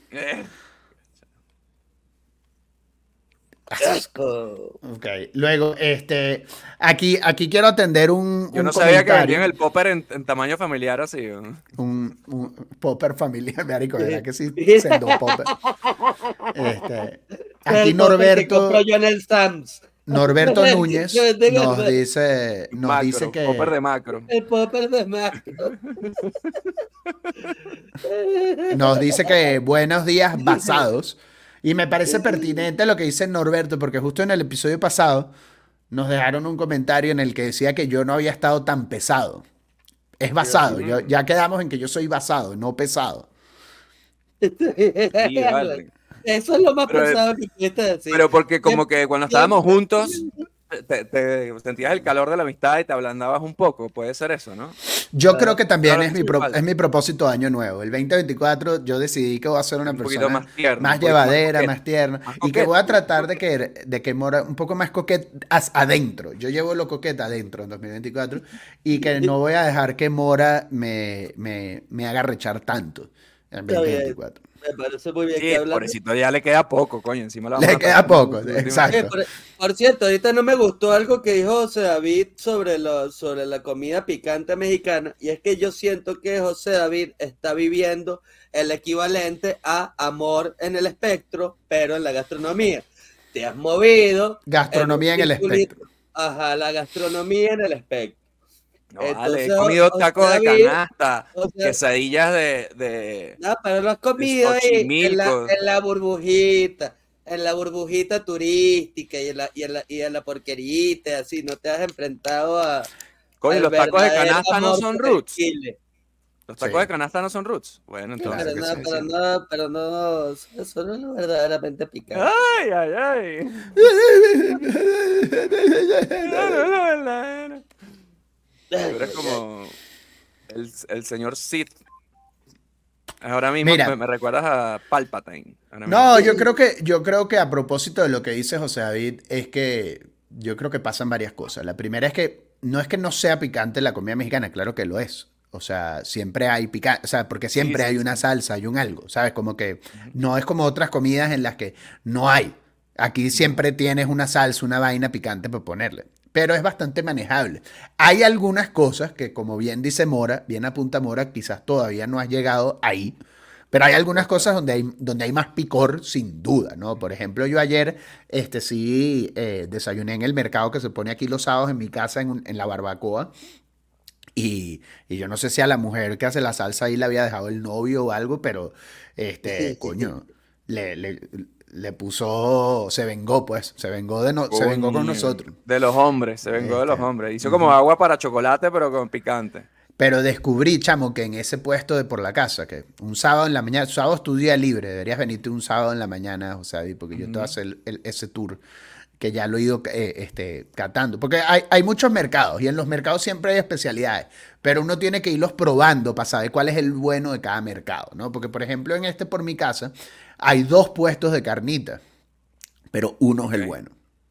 Asco. Ok, luego, aquí quiero atender un Yo no sabía que comentario, vendían el popper en tamaño familiar así. ¿No? un popper familiar, marico, ¿verdad que sí? Sendo popper. Aquí El popper que Norberto compro yo en el Sam's. Norberto Núñez Que venga nos el- dice Macro, que popper de macro. El popper de Macro. buenos días basados. Y me parece pertinente lo que dice Norberto, porque justo en el episodio pasado nos dejaron un comentario en el que decía que yo no había estado tan pesado. Es basado, ya quedamos en que yo soy basado, no pesado. Sí, vale. Eso es lo más Pero, pesado que pudiste decir. Pero porque como que cuando estábamos juntos, te sentías el calor de la amistad y te ablandabas un poco. Puede ser eso, ¿no? Yo creo que también Claro, es mi propósito de año nuevo. El 2024 yo decidí que voy a ser una un poquito persona más tierno, más un poquito llevadera, más más tierna, más y que voy coqueto. a tratar de que Mora un poco más coqueta adentro. Yo llevo lo coqueta adentro en 2024 y que no voy a dejar que Mora me haga rechar tanto en Está bien, 2024. me parece muy bien Sí, que hablas. pobrecito, ya le queda poco, coño. Encima lo vamos Le a queda matar. poco, Oye, exacto. por cierto, ahorita no me gustó algo que dijo José David sobre la comida picante mexicana, y es que yo siento que José David está viviendo el equivalente a Amor en el Espectro, pero en la gastronomía. Te has movido Gastronomía en el espectro. Ajá, la gastronomía en el espectro. No, vale, Entonces, he comido José tacos de David, canasta, o sea, quesadillas de no, pero lo has comido ahí Xochimilco. en la burbujita turística y en la porquerita, así, no te has enfrentado Coño, al los tacos de verdadero canasta no amor son por el roots. chile. Los tacos Sí. de canasta no son roots. Bueno, Claro entonces, que ¿qué sí. Pero no, eso no es lo verdaderamente picante. Ay, ay, ay. Tú eres como el señor Sith. Ahora mismo Mira. me recuerdas a Palpatine. Ahora mismo. No, yo creo que a propósito de lo que dice José David, es que yo creo que pasan varias cosas. La primera es que no sea picante la comida mexicana, claro que lo es. O sea, siempre hay picante, o sea, porque siempre Sí, hay sí, una sí. salsa, hay un algo, ¿sabes? Como que no es como otras comidas en las que no hay. Aquí siempre tienes una salsa, una vaina picante para ponerle. Pero es bastante manejable. Hay algunas cosas que, como bien dice Mora, bien apunta Mora, quizás todavía no has llegado ahí. Pero hay algunas cosas donde hay más picor, sin duda, ¿no? Por ejemplo, yo ayer sí desayuné en el mercado que se pone aquí los sábados en mi casa, en la barbacoa. Y yo no sé si a la mujer que hace la salsa ahí le había dejado el novio o algo, pero coño, le puso, se vengó, pues, se vengó se vengó con Coño, nosotros. de los hombres, se vengó de los Este, hombres. Hizo como agua para chocolate, pero con picante. Pero descubrí, chamo, que en ese puesto de por la casa, que un sábado en la mañana, sábado es tu día libre, deberías venirte un sábado en la mañana, José, porque yo te voy a hacer ese tour, que ya lo he ido catando. Porque hay muchos mercados, y en los mercados siempre hay especialidades, pero uno tiene que irlos probando para saber cuál es el bueno de cada mercado, ¿no? Porque, por ejemplo, en por mi casa, hay 2 puestos de carnita, pero uno es el Ok. bueno.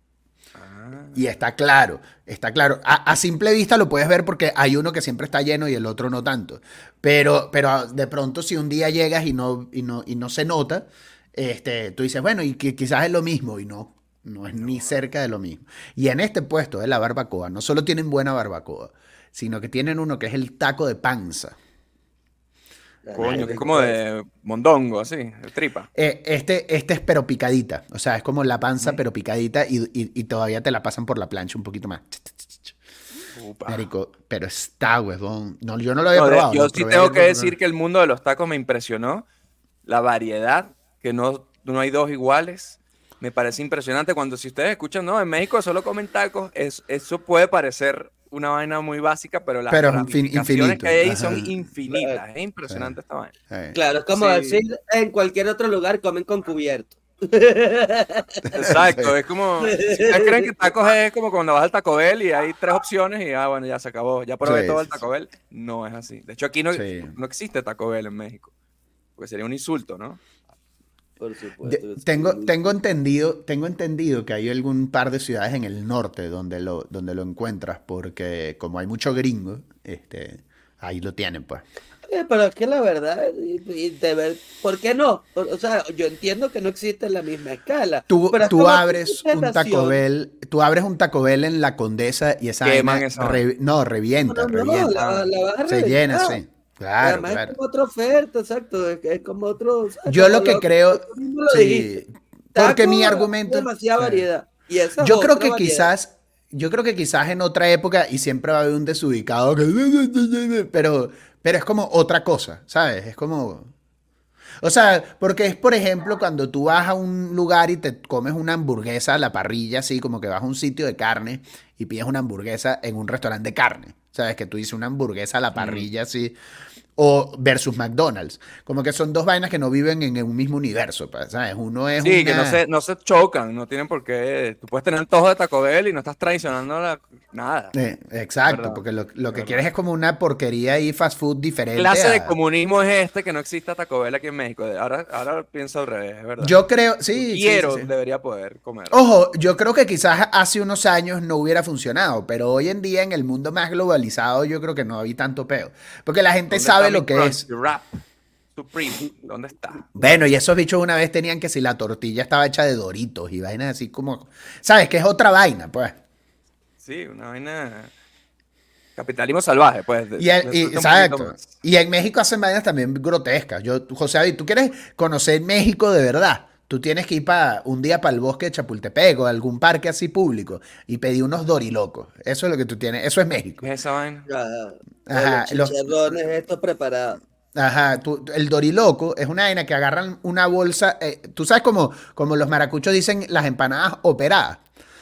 Y está claro, está claro. A simple vista lo puedes ver porque hay uno que siempre está lleno y el otro no tanto. Pero de pronto si un día llegas y no se nota, tú dices, bueno, y que quizás es lo mismo y no es ni cerca de lo mismo. Y en este puesto de la barbacoa, no solo tienen buena barbacoa, sino que tienen uno que es el taco de panza. Coño, que es como de mondongo, así, de tripa. Este es pero picadita, o sea, es como la panza pero picadita y todavía te la pasan por la plancha un poquito más. Upa. Marico, pero está, huevón. No, yo no lo había No, probado. yo lo sí probé tengo ayer que por decir que el mundo de los tacos me impresionó. La variedad, que no hay dos iguales. Me parece impresionante cuando si ustedes escuchan, no, en México solo comen tacos, eso puede parecer una vaina muy básica, pero las Pero es ramificaciones infinito. que hay ahí Ajá. son infinitas. Es impresionante esta vaina. Claro, es como Sí. decir, en cualquier otro lugar comen con cubierto. Exacto, Sí. es como, si ustedes creen que tacos es como cuando vas al Taco Bell y hay 3 opciones y bueno, ya se acabó, ya probé Sí, todo el sí, Taco Bell. No es así. De hecho, aquí no, Sí. no existe Taco Bell en México, porque sería un insulto, ¿no? Por supuesto. Tengo entendido que hay algún par de ciudades en el norte donde lo encuentras, porque como hay mucho gringo, ahí lo tienen, pues. Pero es que la verdad, ¿por qué no? O sea, yo entiendo que no existe en la misma escala. Tú pero es como abres una un Taco tentación. Bell, en la Condesa y esa Queman vaina esa vaina. No, revienta. la vas a Se llena, reventar. sí. Claro, Además claro. es como otra oferta, exacto. Es como otro. Yo como lo que creo, tú mismo lo sí, dijiste. porque mi Taco, argumento, demasiada sí. variedad. Y esa es Yo creo otra que variedad. quizás en otra época y siempre va a haber un desubicado pero es como otra cosa, ¿sabes? Es como, O sea, porque es, por ejemplo, cuando tú vas a un lugar y te comes una hamburguesa a la parrilla, así como que vas a un sitio de carne y pides una hamburguesa en un restaurante de carne. ¿Sabes? Que tú dices una hamburguesa a la parrilla, así. O versus McDonald's. Como que son dos vainas que no viven en un mismo universo, ¿sabes? Uno es Sí, una... que no se chocan, no tienen por qué. Tú puedes tener antojo de Taco Bell y no estás traicionando nada. exacto, ¿Verdad? porque lo que ¿Verdad? quieres es como una porquería y fast food diferente. ¿Qué clase de a... comunismo es este que no exista Taco Bell aquí en México? Ahora pienso al revés, es verdad. Yo creo, sí, Quiero, sí, sí. debería poder comer. Ojo, yo creo que quizás hace unos años no hubiera funcionado, pero hoy en día en el mundo más globalizado yo creo que no hay tanto peo. Porque la gente ¿Dónde sabe está lo mi que es. Crunchyroll Supreme? ¿Dónde está? Bueno, y esos bichos una vez tenían que si la tortilla estaba hecha de Doritos y vainas así como... ¿Sabes? Que es otra vaina, pues. Sí, una vaina... Capitalismo salvaje, pues. Exacto. Y en México hacen vainas también grotescas. José David, ¿tú quieres conocer México de verdad? Tú tienes que ir un día para el bosque de Chapultepec o algún parque así público y pedir unos dorilocos. Eso es lo que tú tienes. Eso es México. ¿Qué es esa vaina? Ajá, Los chicharrones estos preparados. Ajá, el doriloco es una vaina que agarran una bolsa. Tú sabes como los maracuchos dicen las empanadas operadas.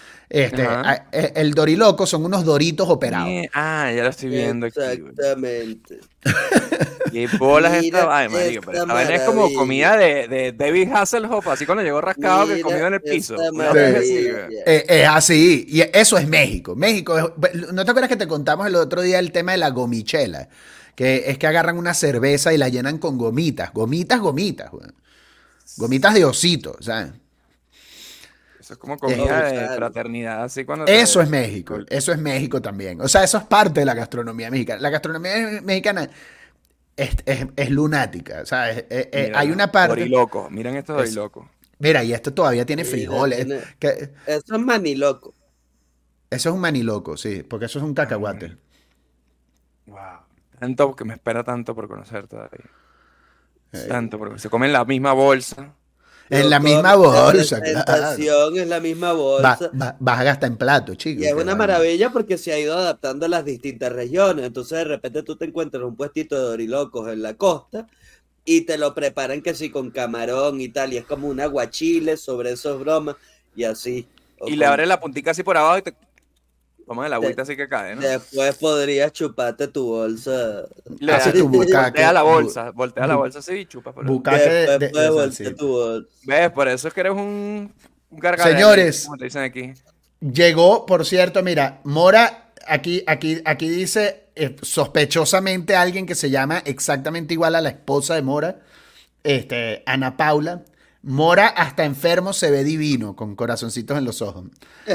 El doriloco son unos doritos operados. Ya lo estoy viendo aquí. Exactamente. ¿Qué bolas Mira esta vaina, marico? Pero esta esta vaina es como maravilla. comida de David Hasselhoff, así cuando llegó rascado que Mira comió en el piso. esta Una vez así, maravilla. güey. Es así, y eso es México. México ¿no te acuerdas que te contamos el otro día el tema de la gomichela? Que es que agarran una cerveza y la llenan con gomitas. Gomitas, güey. Gomitas de osito, ¿sabes? Eso es como comida de claro. fraternidad, así cuando Eso es México. Eso es México también. O sea, eso es parte de la gastronomía mexicana. La gastronomía mexicana es lunática. ¿Sabes? Mira, Hay una parte. Dorilocos, miren estos Es- dorilocos. Mira, y esto todavía tiene Mira, frijoles. tiene- Eso es maniloco. Eso es un maniloco, sí, porque eso es un cacahuate. Wow. Tanto que me espera tanto por conocer todavía. Eh. Tanto, porque se comen la misma bolsa. En la Lo misma comes, la bolsa, claro. presentación es la misma bolsa. Vas a gastar en plato, chicos. Y es una maravilla porque se ha ido adaptando a las distintas regiones. Entonces, de repente tú te encuentras un puestito de dorilocos en la costa y te lo preparan que sí con camarón y tal. Y es como un aguachile sobre esos bromas y así. O Y le con- abres la puntica así por abajo y te tomas el agüita así que cae, ¿no? Después podrías chuparte tu bolsa. Le Haces tu bucaque. voltea la bolsa así y chupas por eso. Bucaque Después de puedes voltear salsita. tu bolsa. ¿Ves? Por eso es que eres un gargamel, Señores. como te dicen aquí. Llegó, por cierto, mira, Mora, aquí dice sospechosamente alguien que se llama exactamente igual a la esposa de Mora, Ana Paula. Mora hasta enfermo se ve divino, con corazoncitos en los ojos.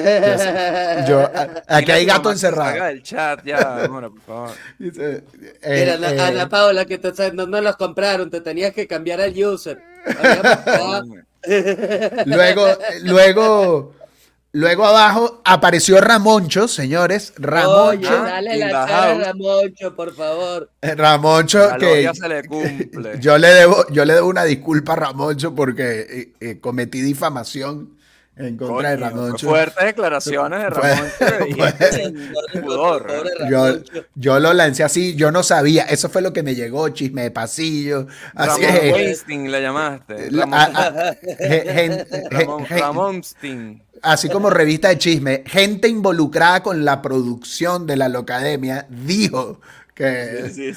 Aquí hay gato encerrado. Haga el chat ya, bueno, por favor. Dice, Mira, Ana Paula, que no los compraron, te tenías que cambiar el user. Luego abajo apareció Ramoncho, señores. Ramoncho. Oye, dale la cara a Ramoncho, por favor. Ramoncho, La que gloria se le cumple. yo le debo una disculpa a Ramoncho porque cometí difamación en contra de Coño, Ramoncho. fuertes declaraciones de Ramón. Pudor. Yo lo lancé así, yo no sabía, eso fue lo que me llegó, chisme de pasillo. Así Ramón es. Weinstein le llamaste. Ramón Sting. Así como revista de chisme, gente involucrada con la producción de la Locademia dijo que Sí.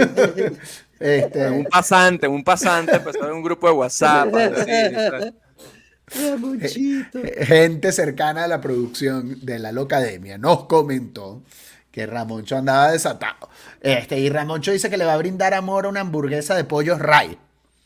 Un pasante, pues en un grupo de WhatsApp. Así, Ramonchito. gente cercana a la producción de la Locademia nos comentó que Ramoncho andaba desatado. Y Ramoncho dice que le va a brindar amor a una hamburguesa de pollo Ray.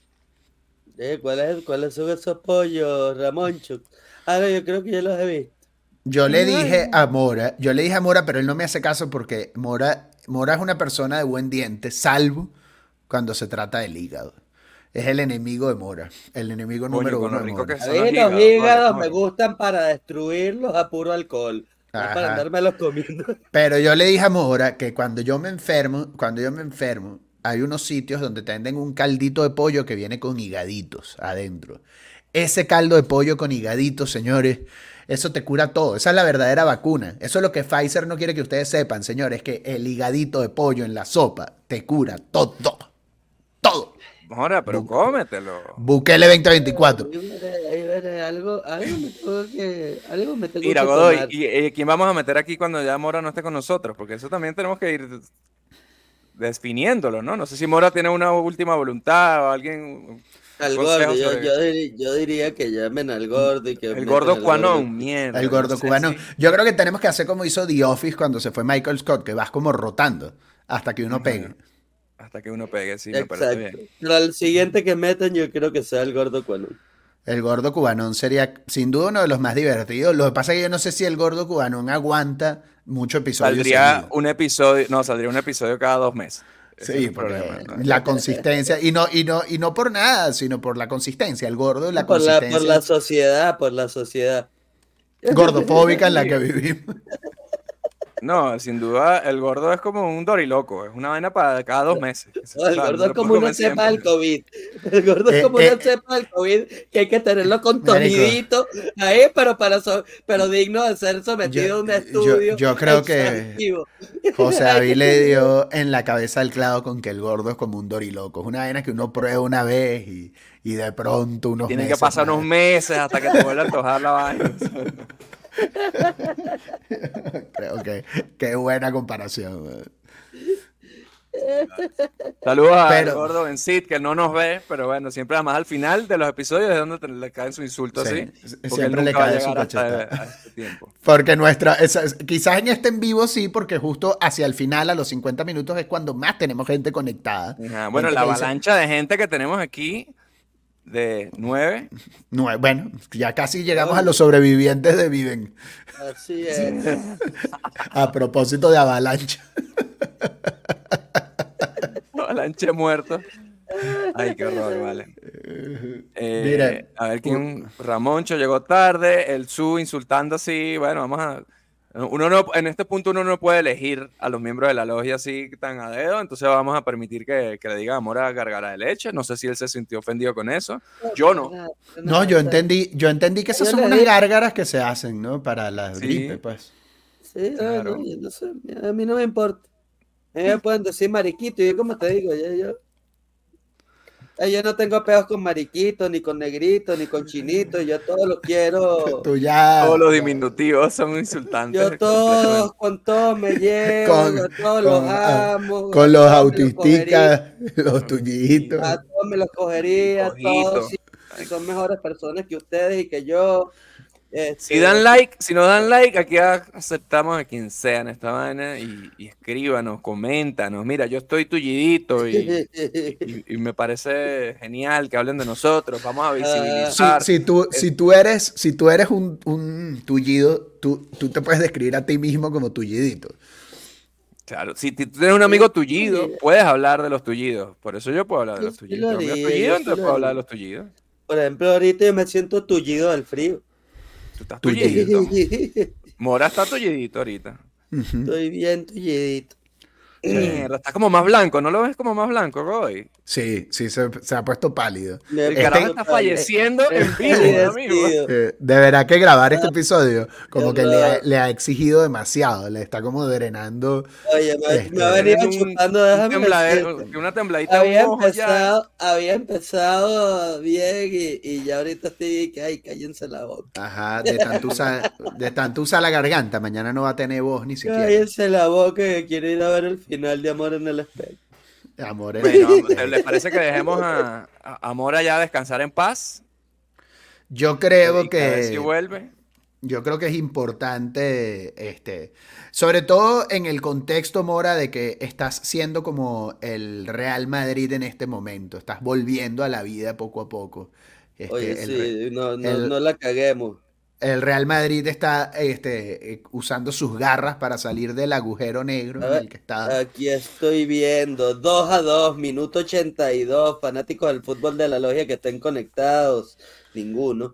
¿Cuáles son esos pollos, Ramoncho? No, yo creo que ya los he visto. Yo le dije a Mora, pero él no me hace caso porque Mora es una persona de buen diente, salvo cuando se trata del hígado. Es el enemigo de Mora, el enemigo número con lo uno de rico Mora. que A son mí los los hígados, hígados vale, me gustan para destruirlos a puro alcohol. No Ajá. para andármelos comiendo. Pero yo le dije a Mora que cuando yo me enfermo, hay unos sitios donde te venden un caldito de pollo que viene con higaditos adentro. Ese caldo de pollo con higaditos, señores, eso te cura todo. Esa es la verdadera vacuna. Eso es lo que Pfizer no quiere que ustedes sepan, señores, que el higadito de pollo en la sopa te cura todo. Todo. Mora, pero cómetelo. Bukele 2024. Ahí veré, algo me tengo Mira, que Godoy, tomar. ¿y quién vamos a meter aquí cuando ya Mora no esté con nosotros? Porque eso también tenemos que ir definiéndolo, ¿no? No sé si Mora tiene una última voluntad o alguien... Al consejo gordo, sobre- yo diría que llamen al gordo y que El metan gordo al Cuanón, mierda. El gordo no sé cubano. si- Yo creo que tenemos que hacer como hizo The Office cuando se fue Michael Scott, que vas como rotando hasta que uno Ajá. pegue. Hasta que uno pegue, sí, me parece Exacto. bien. Pero al siguiente que metan, yo creo que sea el gordo Cuanón. El gordo cubanón sería sin duda uno de los más divertidos. Lo que pasa es que yo no sé si el gordo cubanón aguanta mucho episodio Saldría seguido. un episodio, no, saldría un episodio cada 2 meses. Ese es Sí, el porque problema, ¿no? la consistencia, y no por nada, sino por la consistencia. El gordo, la Por la consistencia sociedad, por la sociedad. gordofóbica en la que vivimos. No, sin duda, el gordo es como un doriloco, es una vaina para cada 2 meses. No, el Claro, gordo no es lo como puedes una comer cepa del siempre. COVID. El gordo es como una cepa del COVID que hay que tenerlo contonidito ahí, pero digno de ser sometido a un estudio. yo creo que exhaustivo. José David le dio en la cabeza el clavo con que el gordo es como un doriloco. Es una vaina que uno prueba una vez y de pronto unos Tienen meses que pasar más. unos meses hasta que te vuelva a antojar la vaina. Creo que qué buena comparación. Güey. Saludos al Pero- gordo Bencid, que no nos ve, pero bueno, siempre además al final de los episodios es donde le caen su insulto Sí, así. Porque él siempre le nunca va a cae su llegar hasta cachetada. a este tiempo. Porque quizás en este en vivo sí, porque justo hacia el final, a los 50 minutos, es cuando más tenemos gente conectada. Ajá, bueno, Gente la que dice, avalancha de gente que tenemos aquí, de 9, Bueno, ya casi llegamos a los sobrevivientes de Viven. Así es. A propósito de avalancha. avalancha de muertos. Ay, qué horror, vale. Mira, A ver quién. Ramoncho llegó tarde, el Su insultando así. Bueno, vamos a. Uno no, en este punto uno no puede elegir a los miembros de la logia así tan a dedo, entonces vamos a permitir que le diga amor a Gargara de Leche. No sé si él se sintió ofendido con eso. Yo no. No, yo entendí que esas Yo son le unas dije- gárgaras que se hacen, ¿no? Para la Sí. gripe, pues. Sí, Claro. no, yo no sé, a mí no me importa. A mí me pueden decir mariquito, y yo como te digo, yo no tengo peos con mariquito, ni con negrito, ni con chinito, yo todos los quiero. Tú ya. Todos los diminutivos son insultantes. Yo todos, con todos me llevo, Con- a todos los ah, amo. Con a los todos me los cogería, autisticas, los tullitos. a todos me los cogería, Ojito. todos sí, son mejores personas que ustedes y que yo. Si dan like, si no dan like, aquí aceptamos a quien sea en esta vaina y escríbanos, coméntanos. Mira, yo estoy tullidito y me parece genial que hablen de nosotros. Vamos a visibilizar. Si tú eres un tullido, tú te puedes describir a ti mismo como tullidito. Claro, si tú tienes un amigo tullido, puedes hablar de los tullidos. Por eso yo puedo hablar de los Sí, tullidos. lo Mi amigo haría, tullido, yo sí entonces lo puedo hablar de haría. los tullidos. Por ejemplo, ahorita yo me siento tullido del frío. Tú estás Tullidito. tullidito. Mora está tullidito ahorita. Estoy bien tullidito. Mierda, está como más blanco, ¿no lo ves como más blanco, Roy? Sí, se ha puesto pálido. El carajo está falleciendo en vivo, amigo. Deberá que grabar este episodio como que verdad. le ha exigido demasiado, le está como drenando. Oye, me ha Este, venido Un chupando, déjame decirte. una tembladita en un ojo ya. Había empezado bien y ya ahorita estoy que, ay, cállense la boca. Ajá, de tanto usar la garganta, mañana no va a tener voz ni siquiera. Cállense la boca que quiero ir a ver el final de Amor en el Espejo. Amor, Bueno, ¿les parece que dejemos a Mora ya descansar en paz? yo creo Y a ver si que vuelve. Yo creo que es importante, sobre todo en el contexto, Mora, de que estás siendo como el Real Madrid en este momento. Estás volviendo a la vida poco a poco. Oye, El sí, no el- la caguemos. Real Madrid está usando sus garras para salir del agujero negro en el que está. Aquí estoy viendo 2-2, minuto 82, fanáticos del fútbol de la logia que estén conectados. Ninguno.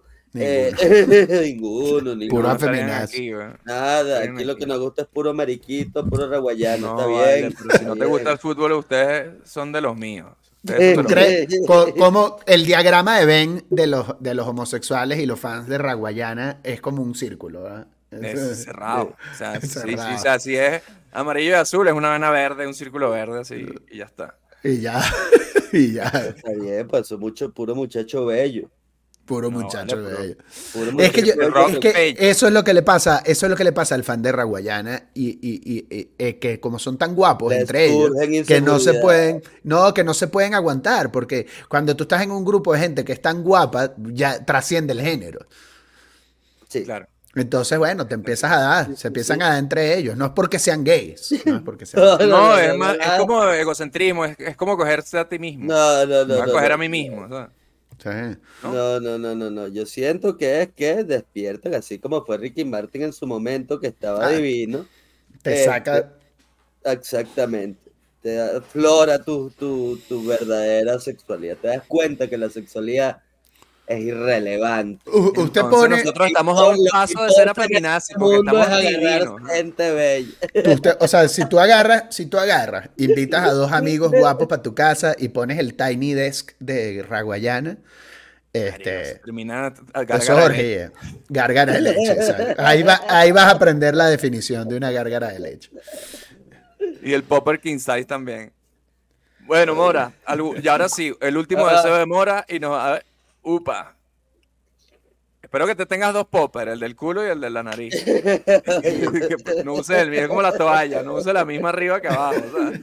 Ninguno. Puro No estarían afeminazo. aquí, güey. Nada, Estarían aquí lo aquí. que nos gusta es puro mariquito, puro raguayano, No, está vale, bien. pero si no te está gusta el bien. fútbol, ustedes son de los míos. Ustedes son de los Cree- míos. como el diagrama de Venn de los homosexuales y los fans de Raguayana es como un círculo, ¿verdad? Es cerrado. O sea, sí, Cerrado. o sea, si es amarillo y azul, es una vena verde, un círculo verde así, y ya está. Y ya. Y ya, Está bien, pues son puro muchacho bello. puro No, muchacho vale, bello. Puro Es que, muchacho es que bello. eso es lo que le pasa, al fan de Raguayana y que como son tan guapos Les entre ellos, surgen que no se inseguridades. pueden, que no se pueden aguantar, porque cuando tú estás en un grupo de gente que es tan guapa, ya trasciende el género. Sí. Claro. Entonces, bueno, te empiezas a dar, Sí, se sí, empiezan sí. a dar entre ellos, no es porque sean gays, no es porque sean No, gays. No, no, es no, más, no, es no. como egocentrismo, es como cogerse a ti mismo. No, no, Me no, voy a no, coger no. a mí mismo, ¿sabes? Sí. ¿No? No, no, no, no, no. Yo siento que es que despiertan, así como fue Ricky Martin en su momento, que estaba Ah, divino. te Este, saca, exactamente. Te aflora tu verdadera sexualidad. Te das cuenta que la sexualidad es irrelevante. usted Entonces pone, nosotros estamos a Lo un que paso de ser importa en afeminazi este porque mundo es estamos agarrar divinos, ¿no? gente bella. o sea, si tú agarras, invitas a dos amigos guapos para tu casa y pones el Tiny Desk de Raguayana, Marico, se termina a eso gárgara es de leche. orgía, gárgara de leche, exacto. Ahí vas a aprender la definición de una gárgara de leche. Y el Popper King Size también. Bueno, Mora, y ahora sí, el último deseo de Mora y nos va a... Upa. Espero que te tengas dos poppers, el del culo y el de la nariz. Que no uses el mío, es como la toalla, no uses la misma arriba que abajo, ¿sabes?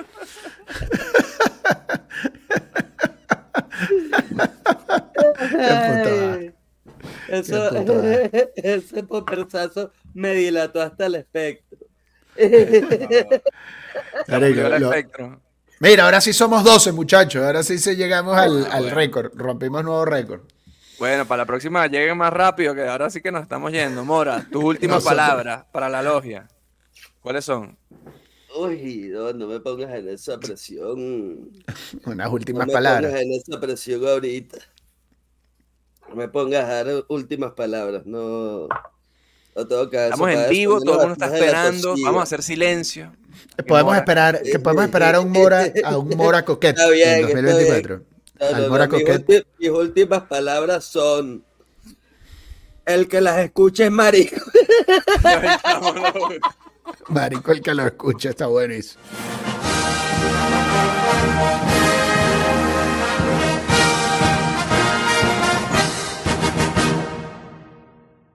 Qué putada. Ay, eso, Qué putada. ese poperzazo me dilató hasta el espectro. Se amplió el Marico, espectro. mira, ahora sí somos 12, muchachos. Ahora sí llegamos al récord. Rompimos nuevo récord. Bueno, para la próxima lleguen más rápido, que ahora sí que nos estamos yendo. Mora, tus últimas Nosotros. palabras para la logia. ¿Cuáles son? Uy, no me pongas en esa presión. Unas No últimas me palabras. pongas en esa presión ahorita. No me pongas a dar últimas palabras. No, no tengo que Estamos en vivo, todo el mundo está esperando. Vamos a hacer silencio. Podemos Mora. esperar, que podemos esperar a un Mora Coquette Está bien, en está 2024. Al Mora Coquette. Mis últimas palabras son: el que las escuche es marico. Marico, el que lo escucha está buenísimo.